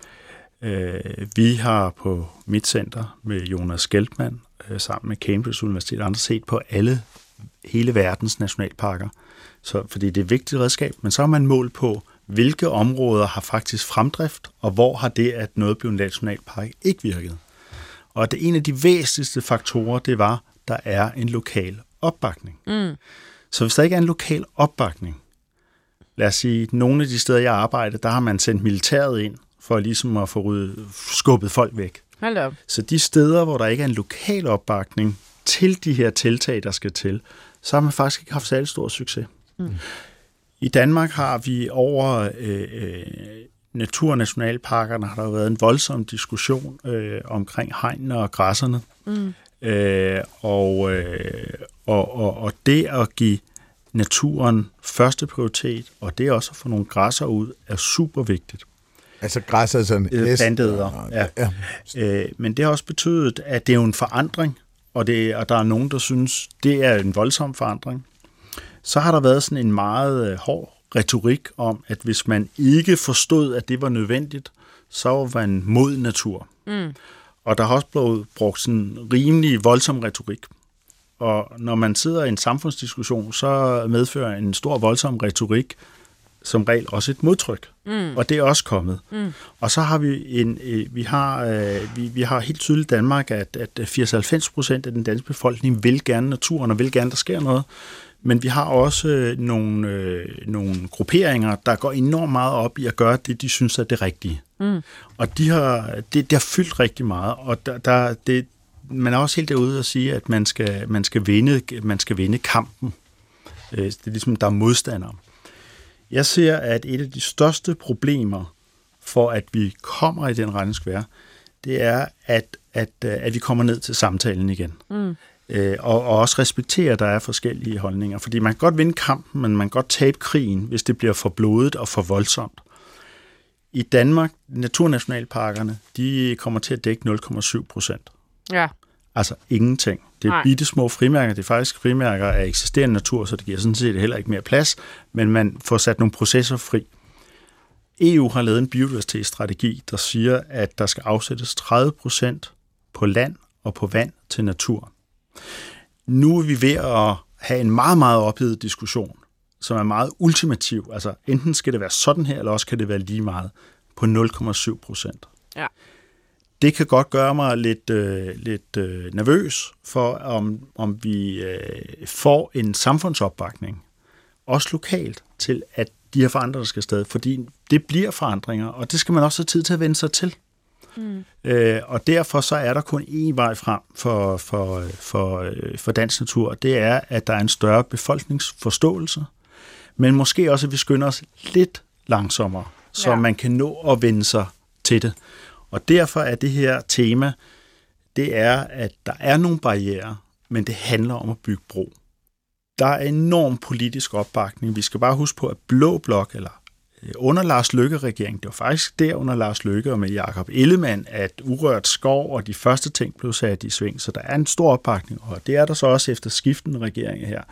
Vi har på mit center med Jonas Geltmann, sammen med Cambridge Universitet og andre, set på hele verdens nationalparker. Fordi det er et vigtigt redskab, men så har man mål på, hvilke områder har faktisk fremdrift, og hvor har det, at noget blev en nationalpark, ikke virket. Og det en af de væsentligste faktorer, det var, der er en lokal opbakning. Så hvis der ikke er en lokal opbakning, lad os sige, nogle af de steder, jeg arbejder, der har man sendt militæret ind, for ligesom at få skubbet folk væk. Hold op. Så de steder, hvor der ikke er en lokal opbakning til de her tiltag, der skal til, så har man faktisk ikke haft særlig stor succes. I Danmark har vi over naturnationalparkerne, har der været en voldsom diskussion omkring hegnene og græsserne. Og det at give naturen første prioritet, og det også at få nogle græsser ud, er super vigtigt. Altså græsser er sådan... Planteder, ja. Men det har også betydet, at det er jo en forandring, og der er nogen, der synes, det er en voldsom forandring. Så har der været sådan en meget hård retorik om, at hvis man ikke forstod, at det var nødvendigt, så var man mod natur. Og der har også blevet brugt sådan rimelig voldsom retorik. Og når man sidder i en samfundsdiskussion, så medfører en stor voldsom retorik som regel også et modtryk. Og det er også kommet. Og så har vi har helt tydeligt i Danmark, at 80-90% af den danske befolkning vil gerne naturen og vil gerne, der sker noget. Men vi har også nogle grupperinger, der går enormt meget op i at gøre det, de synes er det rigtige. Og det har fyldt rigtig meget. Og man er også helt derude at sige, at man skal vinde kampen. Det er ligesom, der er modstandere. Jeg ser, at et af de største problemer for, at vi kommer i den retningsvære, det er, at vi kommer ned til samtalen igen. Og også respektere, at der er forskellige holdninger. Fordi man kan godt vinde kampen, men man kan godt tabe krigen, hvis det bliver for blodet og for voldsomt. I Danmark, naturnationalparkerne, de kommer til at dække 0,7%. Ja. Altså ingenting. Det er bitte små frimærker. Det er faktisk frimærker af eksisterende natur, så det giver sådan set heller ikke mere plads, men man får sat nogle processer fri. EU har lavet en biodiversitetsstrategi, der siger, at der skal afsættes 30% på land og på vand til natur. Nu er vi ved at have en meget, meget ophedet diskussion, som er meget ultimativ. Altså enten skal det være sådan her, eller også kan det være lige meget på 0,7%. Ja. Det kan godt gøre mig lidt nervøs for, om vi får en samfundsopbakning, også lokalt, til at de her forandringer skal afsted. Fordi det bliver forandringer, og det skal man også have tid til at vende sig til. Og derfor så er der kun én vej frem for dansk natur. Det er, at der er en større befolkningsforståelse, men måske også, at vi skynder os lidt langsommere, så man kan nå at vende sig til det. Og derfor er det her tema, det er, at der er nogle barrierer, men det handler om at bygge bro. Der er enorm politisk opbakning. Vi skal bare huske på, at Blå Blok, eller under Lars Løkke-regeringen, det var faktisk der under Lars Løkke og med Jakob Ellemann, at urørt skov og de første ting blev sat i sving. Så der er en stor opbakning, og det er der så også efter skiftende regeringer her.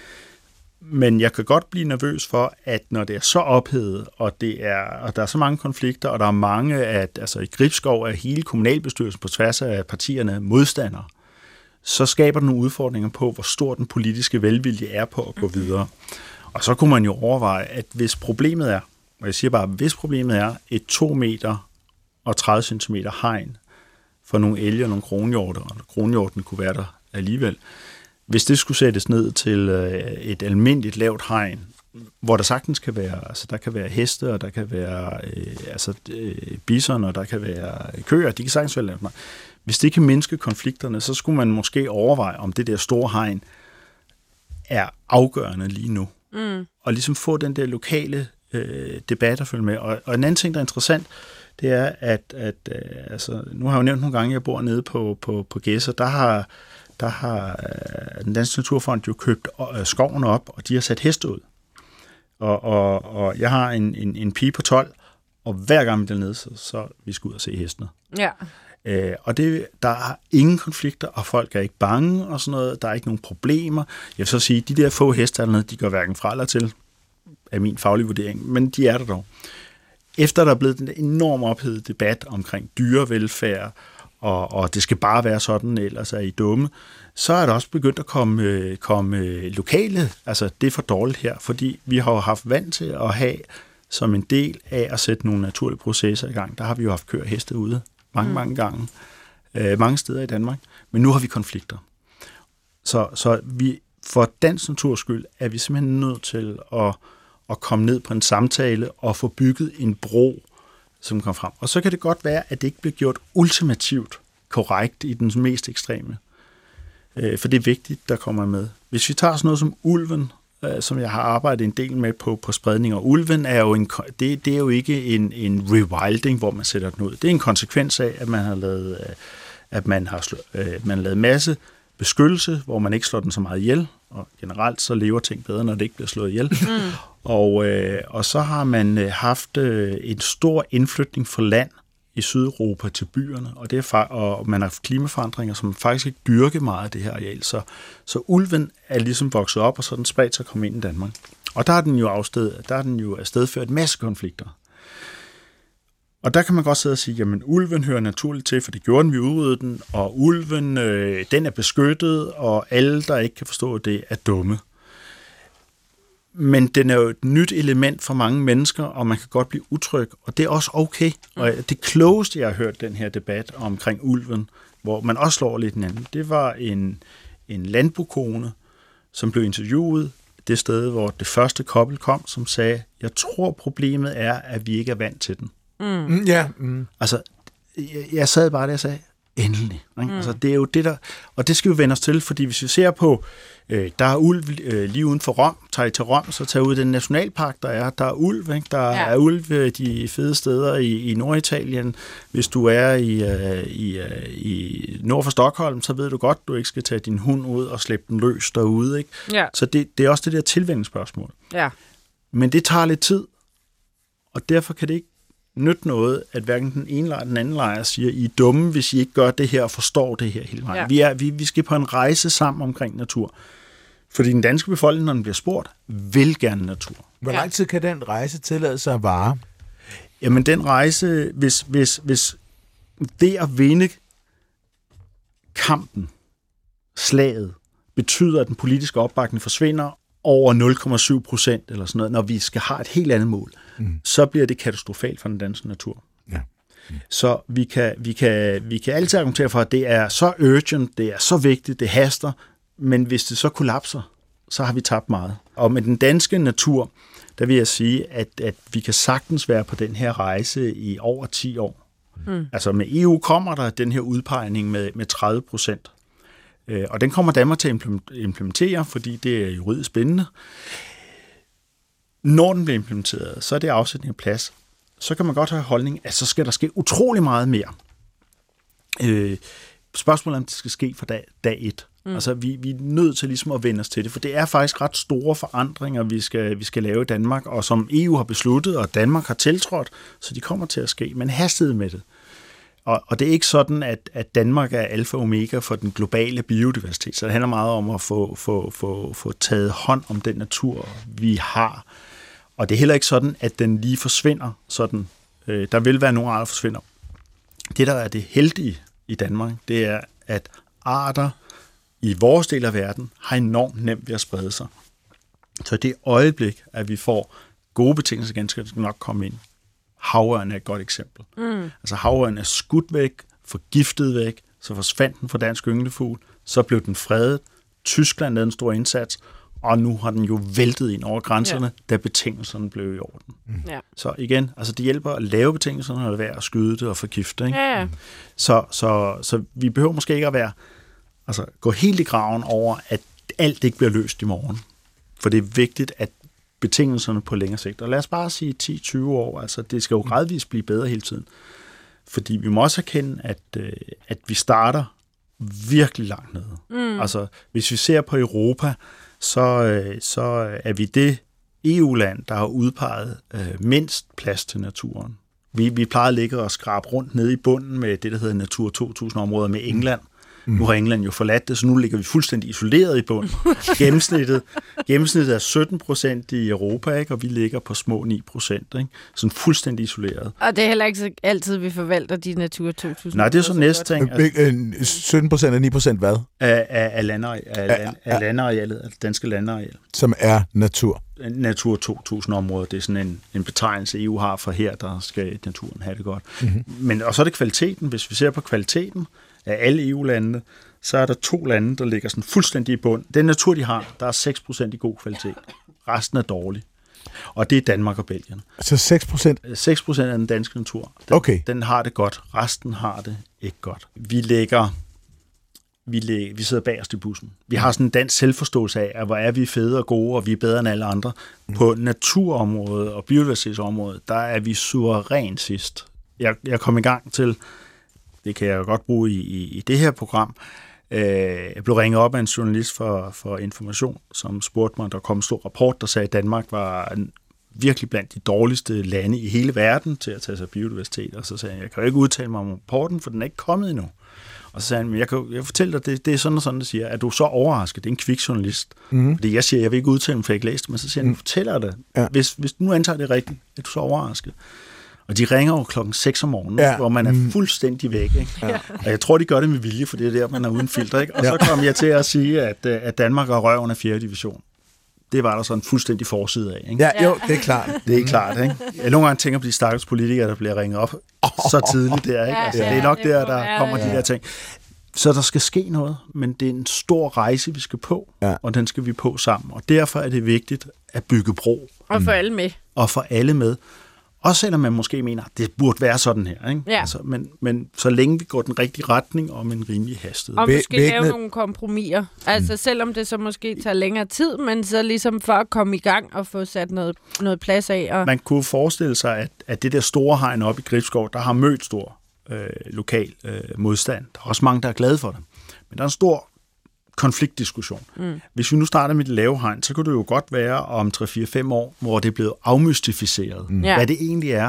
Men jeg kan godt blive nervøs for, at når det er så ophedet, og der er så mange konflikter, og der er mange, altså i Gribskov er hele kommunalbestyrelsen på tværs af partierne modstandere, så skaber der nogle udfordringer på, hvor stor den politiske velvilje er på at gå videre. Og så kunne man jo overveje, at hvis problemet er, og jeg siger bare, hvis problemet er et 2 meter og 30 centimeter hegn for nogle elge og nogle kronhjorte, og kronhjorten kunne være der alligevel, hvis det skulle sættes ned til et almindeligt lavt hegn, hvor der sagtens kan være, altså der kan være heste, og der kan være bison, og der kan være køer, de kan sagtens være lavet. Hvis det kan mindske konflikterne, så skulle man måske overveje, om det der store hegn er afgørende lige nu. Og ligesom få den der lokale debat at følge med. Og en anden ting, der er interessant, det er, at altså, nu har jeg jo nævnt nogle gange, at jeg bor nede på Gedser, der har den Danske Naturfond jo købt skoven op, og de har sat heste ud. Og jeg har en pige på 12, og hver gang vi er dernede, så vi skal ud og se hestene. Ja. Og der er ingen konflikter, og folk er ikke bange og sådan noget. Der er ikke nogen problemer. Jeg vil så sige, de der få heste dernede, de går hverken fra eller til, af min faglige vurdering, men de er der dog. Efter der er blevet den enormt ophedede debat omkring dyrevelfærd, og det skal bare være sådan, ellers er I dumme, så er der også begyndt at komme lokale, altså det er for dårligt her, fordi vi har jo haft vand til at have som en del af at sætte nogle naturlige processer i gang. Der har vi jo haft køer og heste ude mange gange, mange steder i Danmark, men nu har vi konflikter. Så vi, for dansk naturs skyld er vi simpelthen nødt til at komme ned på en samtale og få bygget en bro, som kommer frem. Og så kan det godt være, at det ikke bliver gjort ultimativt korrekt i den mest ekstreme. For det er vigtigt, der kommer med. Hvis vi tager sådan noget som ulven, som jeg har arbejdet en del med på spredning, og ulven er jo det er jo ikke en rewilding, hvor man sætter den ud. Det er en konsekvens af, at man har lavet masse beskyttelse, hvor man ikke slår den så meget ihjel, og generelt så lever ting bedre, når det ikke bliver slået ihjel. Og så har man haft en stor indflytning fra land i Sydeuropa til byerne, og man har haft klimaforandringer, som faktisk ikke dyrker meget af det her areal. Så ulven er ligesom vokset op, og så er den spredt sig at komme ind i Danmark. Og der er den jo afstedført masse konflikter. Og der kan man godt sidde og sige, jamen ulven hører naturligt til, for det gjorde den, vi udryddede den, og ulven, den er beskyttet, og alle, der ikke kan forstå det, er dumme. Men den er jo et nyt element for mange mennesker, og man kan godt blive utryg, og det er også okay. Og det klogeste, jeg har hørt den her debat omkring ulven, hvor man også slår lidt hinanden, det var en landbrugskone, som blev interviewet det sted, hvor det første kobbel kom, som sagde, jeg tror problemet er, at vi ikke er vant til den. Altså, jeg sad bare der og sagde, endelig. Altså, det er jo det der, og det skal vi vende os til, fordi hvis vi ser på, der er ulv lige uden for Rom, tager I til Rom, så tager ud den nationalpark, der er ulv, ikke? Der er ulv de fede steder i Norditalien. Hvis du er i nord for Stockholm, så ved du godt, du ikke skal tage din hund ud og slippe den løs derude, ikke? Ja. Så det er også det der tilvændingsspørgsmål. Ja. Men det tager lidt tid, og derfor kan det ikke nytte noget, at hverken den ene eller den anden lejr siger, I er dumme, hvis I ikke gør det her og forstår det her hele vejen. Ja. Vi skal på en rejse sammen omkring natur. Fordi den danske befolkning, når den bliver spurgt, vil gerne natur. Hvor lang tid kan den rejse tillade sig at vare? Jamen den rejse, hvis det at vinde kampen, slaget, betyder, at den politiske opbakning forsvinder over 0,7% eller sådan noget, når vi skal have et helt andet mål, så bliver det katastrofalt for den danske natur. Ja. Så vi kan altid argumentere for, at det er så urgent, det er så vigtigt, det haster, men hvis det så kollapser, så har vi tabt meget. Og med den danske natur, der vil jeg sige, at vi kan sagtens være på den her rejse i over 10 år. Altså med EU kommer der den her udpegning med 30%. Og den kommer Danmark til at implementere, fordi det er juridisk bindende. Når den bliver implementeret, så er det afsætning af plads. Så kan man godt have holdning, at så skal der ske utrolig meget mere. Spørgsmålet om det skal ske fra dag 1. Altså, vi er nødt til ligesom at vende os til det, for det er faktisk ret store forandringer, vi skal lave i Danmark, og som EU har besluttet, og Danmark har tiltrådt, så de kommer til at ske, men hastighed med det. Og det er ikke sådan, at Danmark er alfa og omega for den globale biodiversitet, så det handler meget om at få taget hånd om den natur, vi har. Og det er heller ikke sådan, at den lige forsvinder. Sådan. Der vil være nogle arter, der forsvinder. Det, der er det heldige i Danmark, det er, at arter i vores del af verden har enormt nemt ved at sprede sig. Så det øjeblik, at vi får gode betingelser, ganske skal nok komme ind. Havørn er et godt eksempel. Altså havørn er skudt væk, forgiftet væk, så forsvandt den fra dansk ynglefugl, så blev den fredet. Tyskland lavede en stor indsats, og nu har den jo væltet ind over grænserne, da betingelserne blev i orden. Ja. Så igen, altså det hjælper at lave betingelserne, når det er værd at skyde det og forgifte. Ikke? Ja. Så vi behøver måske ikke at gå helt i graven over, at alt ikke bliver løst i morgen. For det er vigtigt, at betingelserne på længere sigt. Og lad os bare sige 10-20 år, altså det skal jo gradvist blive bedre hele tiden. Fordi vi må også erkende, at vi starter virkelig langt nede. Altså hvis vi ser på Europa, så er vi det EU-land, der har udpeget mindst plads til naturen. Vi plejer at ligge og skrabe rundt nede i bunden med det, der hedder Natur 2000-områder med England. Nu har England jo forladt det, så nu ligger vi fuldstændig isoleret i bunden. Gennemsnittet er 17% i Europa, ikke? Og vi ligger på små 9%. Ikke? Sådan fuldstændig isoleret. Og det er heller ikke så altid, vi forvalter de Natura 2000. Nej, det er så næste ting. 17% og 9% hvad? Af landarealet, af det danske landareal. Som er natur. Natur 2000-områder, det er sådan en betegnelse, EU har for her, der skal naturen have det godt. Men, og så er det kvaliteten. Hvis vi ser på kvaliteten af alle EU-landene, så er der 2 lande, der ligger sådan fuldstændig i bund. Den natur, de har, der er 6% i god kvalitet. Resten er dårlig. Og det er Danmark og Belgien. Så 6%? 6% af den danske natur. Den har det godt. Resten har det ikke godt. Vi sidder bagerst i bussen. Vi har sådan en dansk selvforståelse af, at hvor er vi fede og gode, og vi er bedre end alle andre. På naturområdet og biodiversitetsområdet, der er vi suverænt sidst. Jeg kom i gang til, det kan jeg jo godt bruge i det her program, jeg blev ringet op af en journalist for Information, som spurgte mig, der kom en stor rapport, der sagde, at Danmark var virkelig blandt de dårligste lande i hele verden til at tage sig biodiversitet. Og så sagde jeg kan jo ikke udtale mig om rapporten, for den er ikke kommet endnu. Og så sagde han, men jeg kan fortælle dig, det er sådan og sådan, det siger. Er du så overrasket? Det er en kvik journalist. Fordi jeg siger, jeg vil ikke udtale mig, for jeg ikke læste det, men så siger han, fortæller det. Ja. Hvis du nu antager det rigtigt, er du så overrasket? Og de ringer jo 6 om morgenen, hvor man er fuldstændig væk. Ikke? Ja. Og jeg tror, de gør det med vilje, for det er der, man er uden filter. Ikke? Og så kom jeg til at sige, at Danmark er røven af 4. division. Det var der sådan fuldstændig forside af. Ikke? Ja, jo, det er klart. Det er klart, ikke? Jeg nogle gange tænker på de stakkels politikere, der bliver ringet op så tidligt der. Ikke? Altså, det er nok der kommer de der ting. Så der skal ske noget, men det er en stor rejse, vi skal på, og den skal vi på sammen. Og derfor er det vigtigt at bygge bro. Og få alle med. Og få alle med. Også selvom man måske mener, at det burde være sådan her. Ikke? Ja. Altså, men så længe vi går den rigtige retning og med en rimelig hastighed. Og måske lave nogle kompromiser. Altså selvom det så måske tager længere tid, men så ligesom for at komme i gang og få sat noget plads af. Og man kunne forestille sig, at det der store hegn oppe i Gribskov, der har mødt stor lokal modstand. Der er også mange, der er glade for det. Men der er en stor konfliktdiskussion. Hvis vi nu starter med det lave hegn, så kunne det jo godt være om 3-4-5 år, hvor det er blevet afmystificeret. Hvad det egentlig er,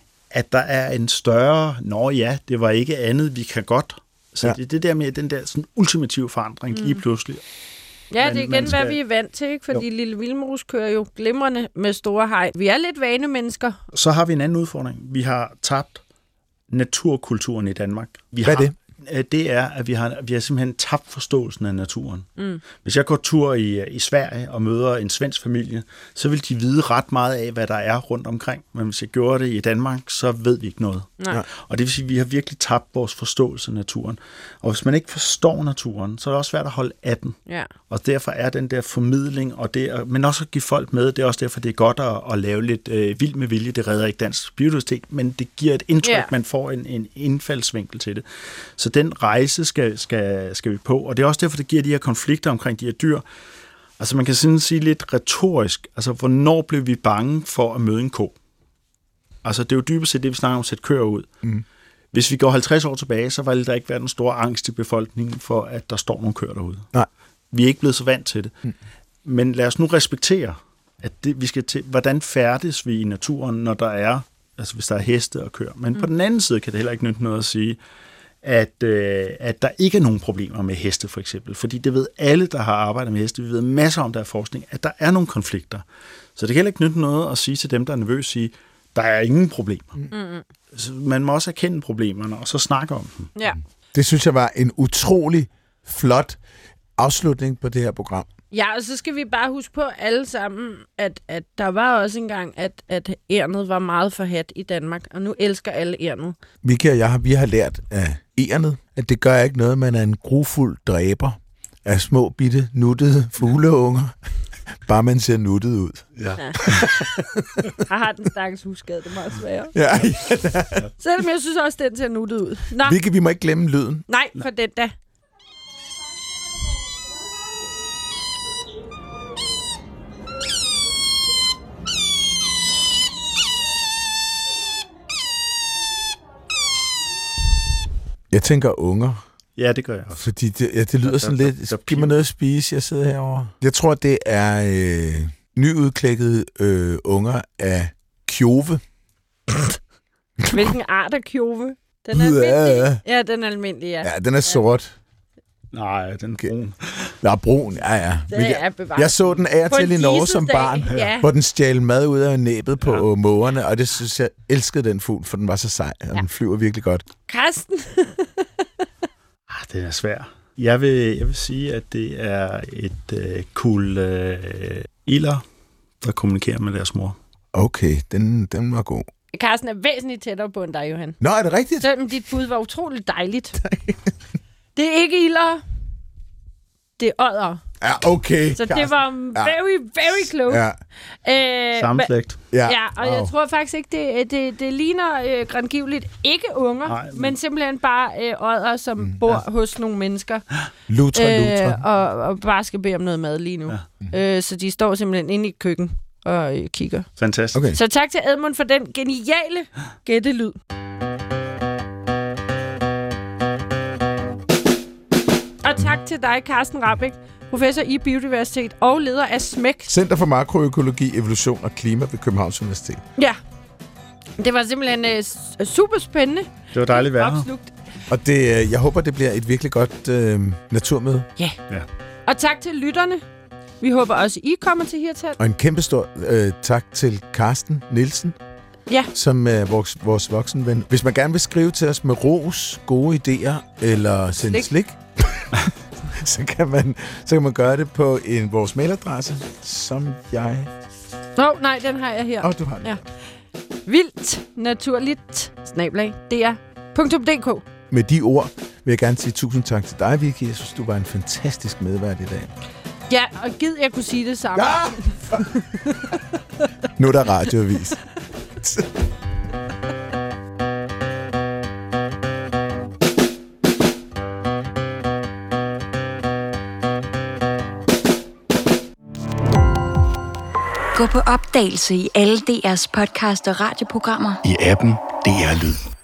at der er en større, det var ikke andet, vi kan godt. Så det er det der med den der sådan ultimative forandring lige pludselig. Ja, det er igen, hvad vi er vant til, ikke? Fordi Lille Vildmus kører jo glimrende med store hegn. Vi er lidt vanemennesker. Så har vi en anden udfordring. Vi har tabt naturkulturen i Danmark. Hvad er det? Det er, at vi har simpelthen tabt forståelsen af naturen. Hvis jeg går tur i Sverige og møder en svensk familie, så vil de vide ret meget af, hvad der er rundt omkring. Men hvis jeg gjorde det i Danmark, så ved vi ikke noget. Nej. Og det vil sige, at vi har virkelig tabt vores forståelse af naturen. Og hvis man ikke forstår naturen, så er det også svært at holde af den. Ja. Og derfor er den der formidling, men også at give folk med, det er også derfor, det er godt at lave lidt vild med vilje. Det redder ikke dansk biodiversitet, men det giver et indtryk, man får en indfaldsvinkel til det. Så den rejse skal vi på, og det er også derfor, det giver de her konflikter omkring de her dyr. Altså man kan sådan sige lidt retorisk, altså hvornår blev vi bange for at møde en ko? Altså det er jo dybest set det, vi snakker om at sætte køer ud. Hvis vi går 50 år tilbage, så ville der ikke være den store angst i befolkningen for, at der står nogle køer derude. Nej. Vi er ikke blevet så vant til det. Men lad os nu respektere, at vi skal til, hvordan færdes vi i naturen, når der er, altså hvis der er heste og køer. Men på den anden side kan det heller ikke nytte noget at sige, at der ikke er nogen problemer med heste, for eksempel. Fordi det ved alle, der har arbejdet med heste. Vi ved masser om der er forskning, at der er nogle konflikter. Så det kan heller ikke nytte noget at sige til dem, der er nervøse, sige, der er ingen problemer. Så man må også erkende problemerne, og så snakke om dem. Ja. Det synes jeg var en utrolig flot afslutning på det her program. Ja, og så skal vi bare huske på alle sammen, at der var også engang, at ærnet var meget forhadt i Danmark, og nu elsker alle ærnet. Mika og vi har lært af ærnet, at det gør ikke noget, man er en grufuld dræber af små, bitte, nuttede fugleunger. Bare man ser nuttet ud. Ja. Jeg har den stakkels husskade, det er meget sværere. Ja. Selvom jeg synes også, den ser nuttet ud. Nå. Vi må ikke glemme lyden. Nej, for den da. Jeg tænker unger. Ja, det gør jeg også. Fordi det lyder sådan lidt... Giv mig noget at spise, jeg sidder herovre. Jeg tror, det er nyudklækkede unger af kjove. Hvilken art af kjove? Den er almindelig. Ja, den er almindelig, ja. Ja, den er sort. Nej, den er brun. Nå, brun, ja. Det er bevaret. Jeg så den af og til i Norge som barn, hvor den stjal mad ud af næbet på mågerne, og det synes jeg elskede den fugl, for den var så sej, og den flyver virkelig godt. Karsten? Den er svær. Jeg vil sige, at det er et kul ilder, der kommunikerer med deres mor. Okay, den var god. Karsten er væsentligt tættere på end dig, Johan. Nå, er det rigtigt? Selvom dit bud var utroligt dejligt. Det er ikke ilder. Det er odder. Ja, okay. Så det var very, very close. Ja. Samme slægt. Ja, og jeg tror faktisk ikke, det ligner grangivligt ikke unger, men simpelthen bare odder, som bor hos nogle mennesker. Lutra. Og bare skal bede om noget mad lige nu. Ja. Så de står simpelthen inde i køkken og kigger. Fantastisk. Okay. Så tak til Edmund for den geniale gættelyd. Og tak til dig, Carsten Rahbek, professor i biodiversitet og leder af SMEK. Center for Makroøkologi, Evolution og Klima ved Københavns Universitet. Ja, det var simpelthen super spændende. Det var dejligt at være her. Og jeg håber, det bliver et virkelig godt naturmøde. Ja. Og tak til lytterne. Vi håber også, I kommer til Hirtshals. Og en kæmpe stor tak til Carsten Nielsen, som er vores voksenven. Hvis man gerne vil skrive til os med ros, gode idéer eller sende slik, så kan man gøre det på vores mailadresse, som jeg... Nej, den har jeg her. Du har den. Ja. vildtnaturligt@dr.dk. Med de ord vil jeg gerne sige tusind tak til dig, Vicky. Jeg synes, du var en fantastisk medvært i dag. Ja, og gid jeg kunne sige det samme. Ja! Nu er der radioavis. Gå på opdagelse i alle DR's podcast og radioprogrammer. I appen DR Lyd.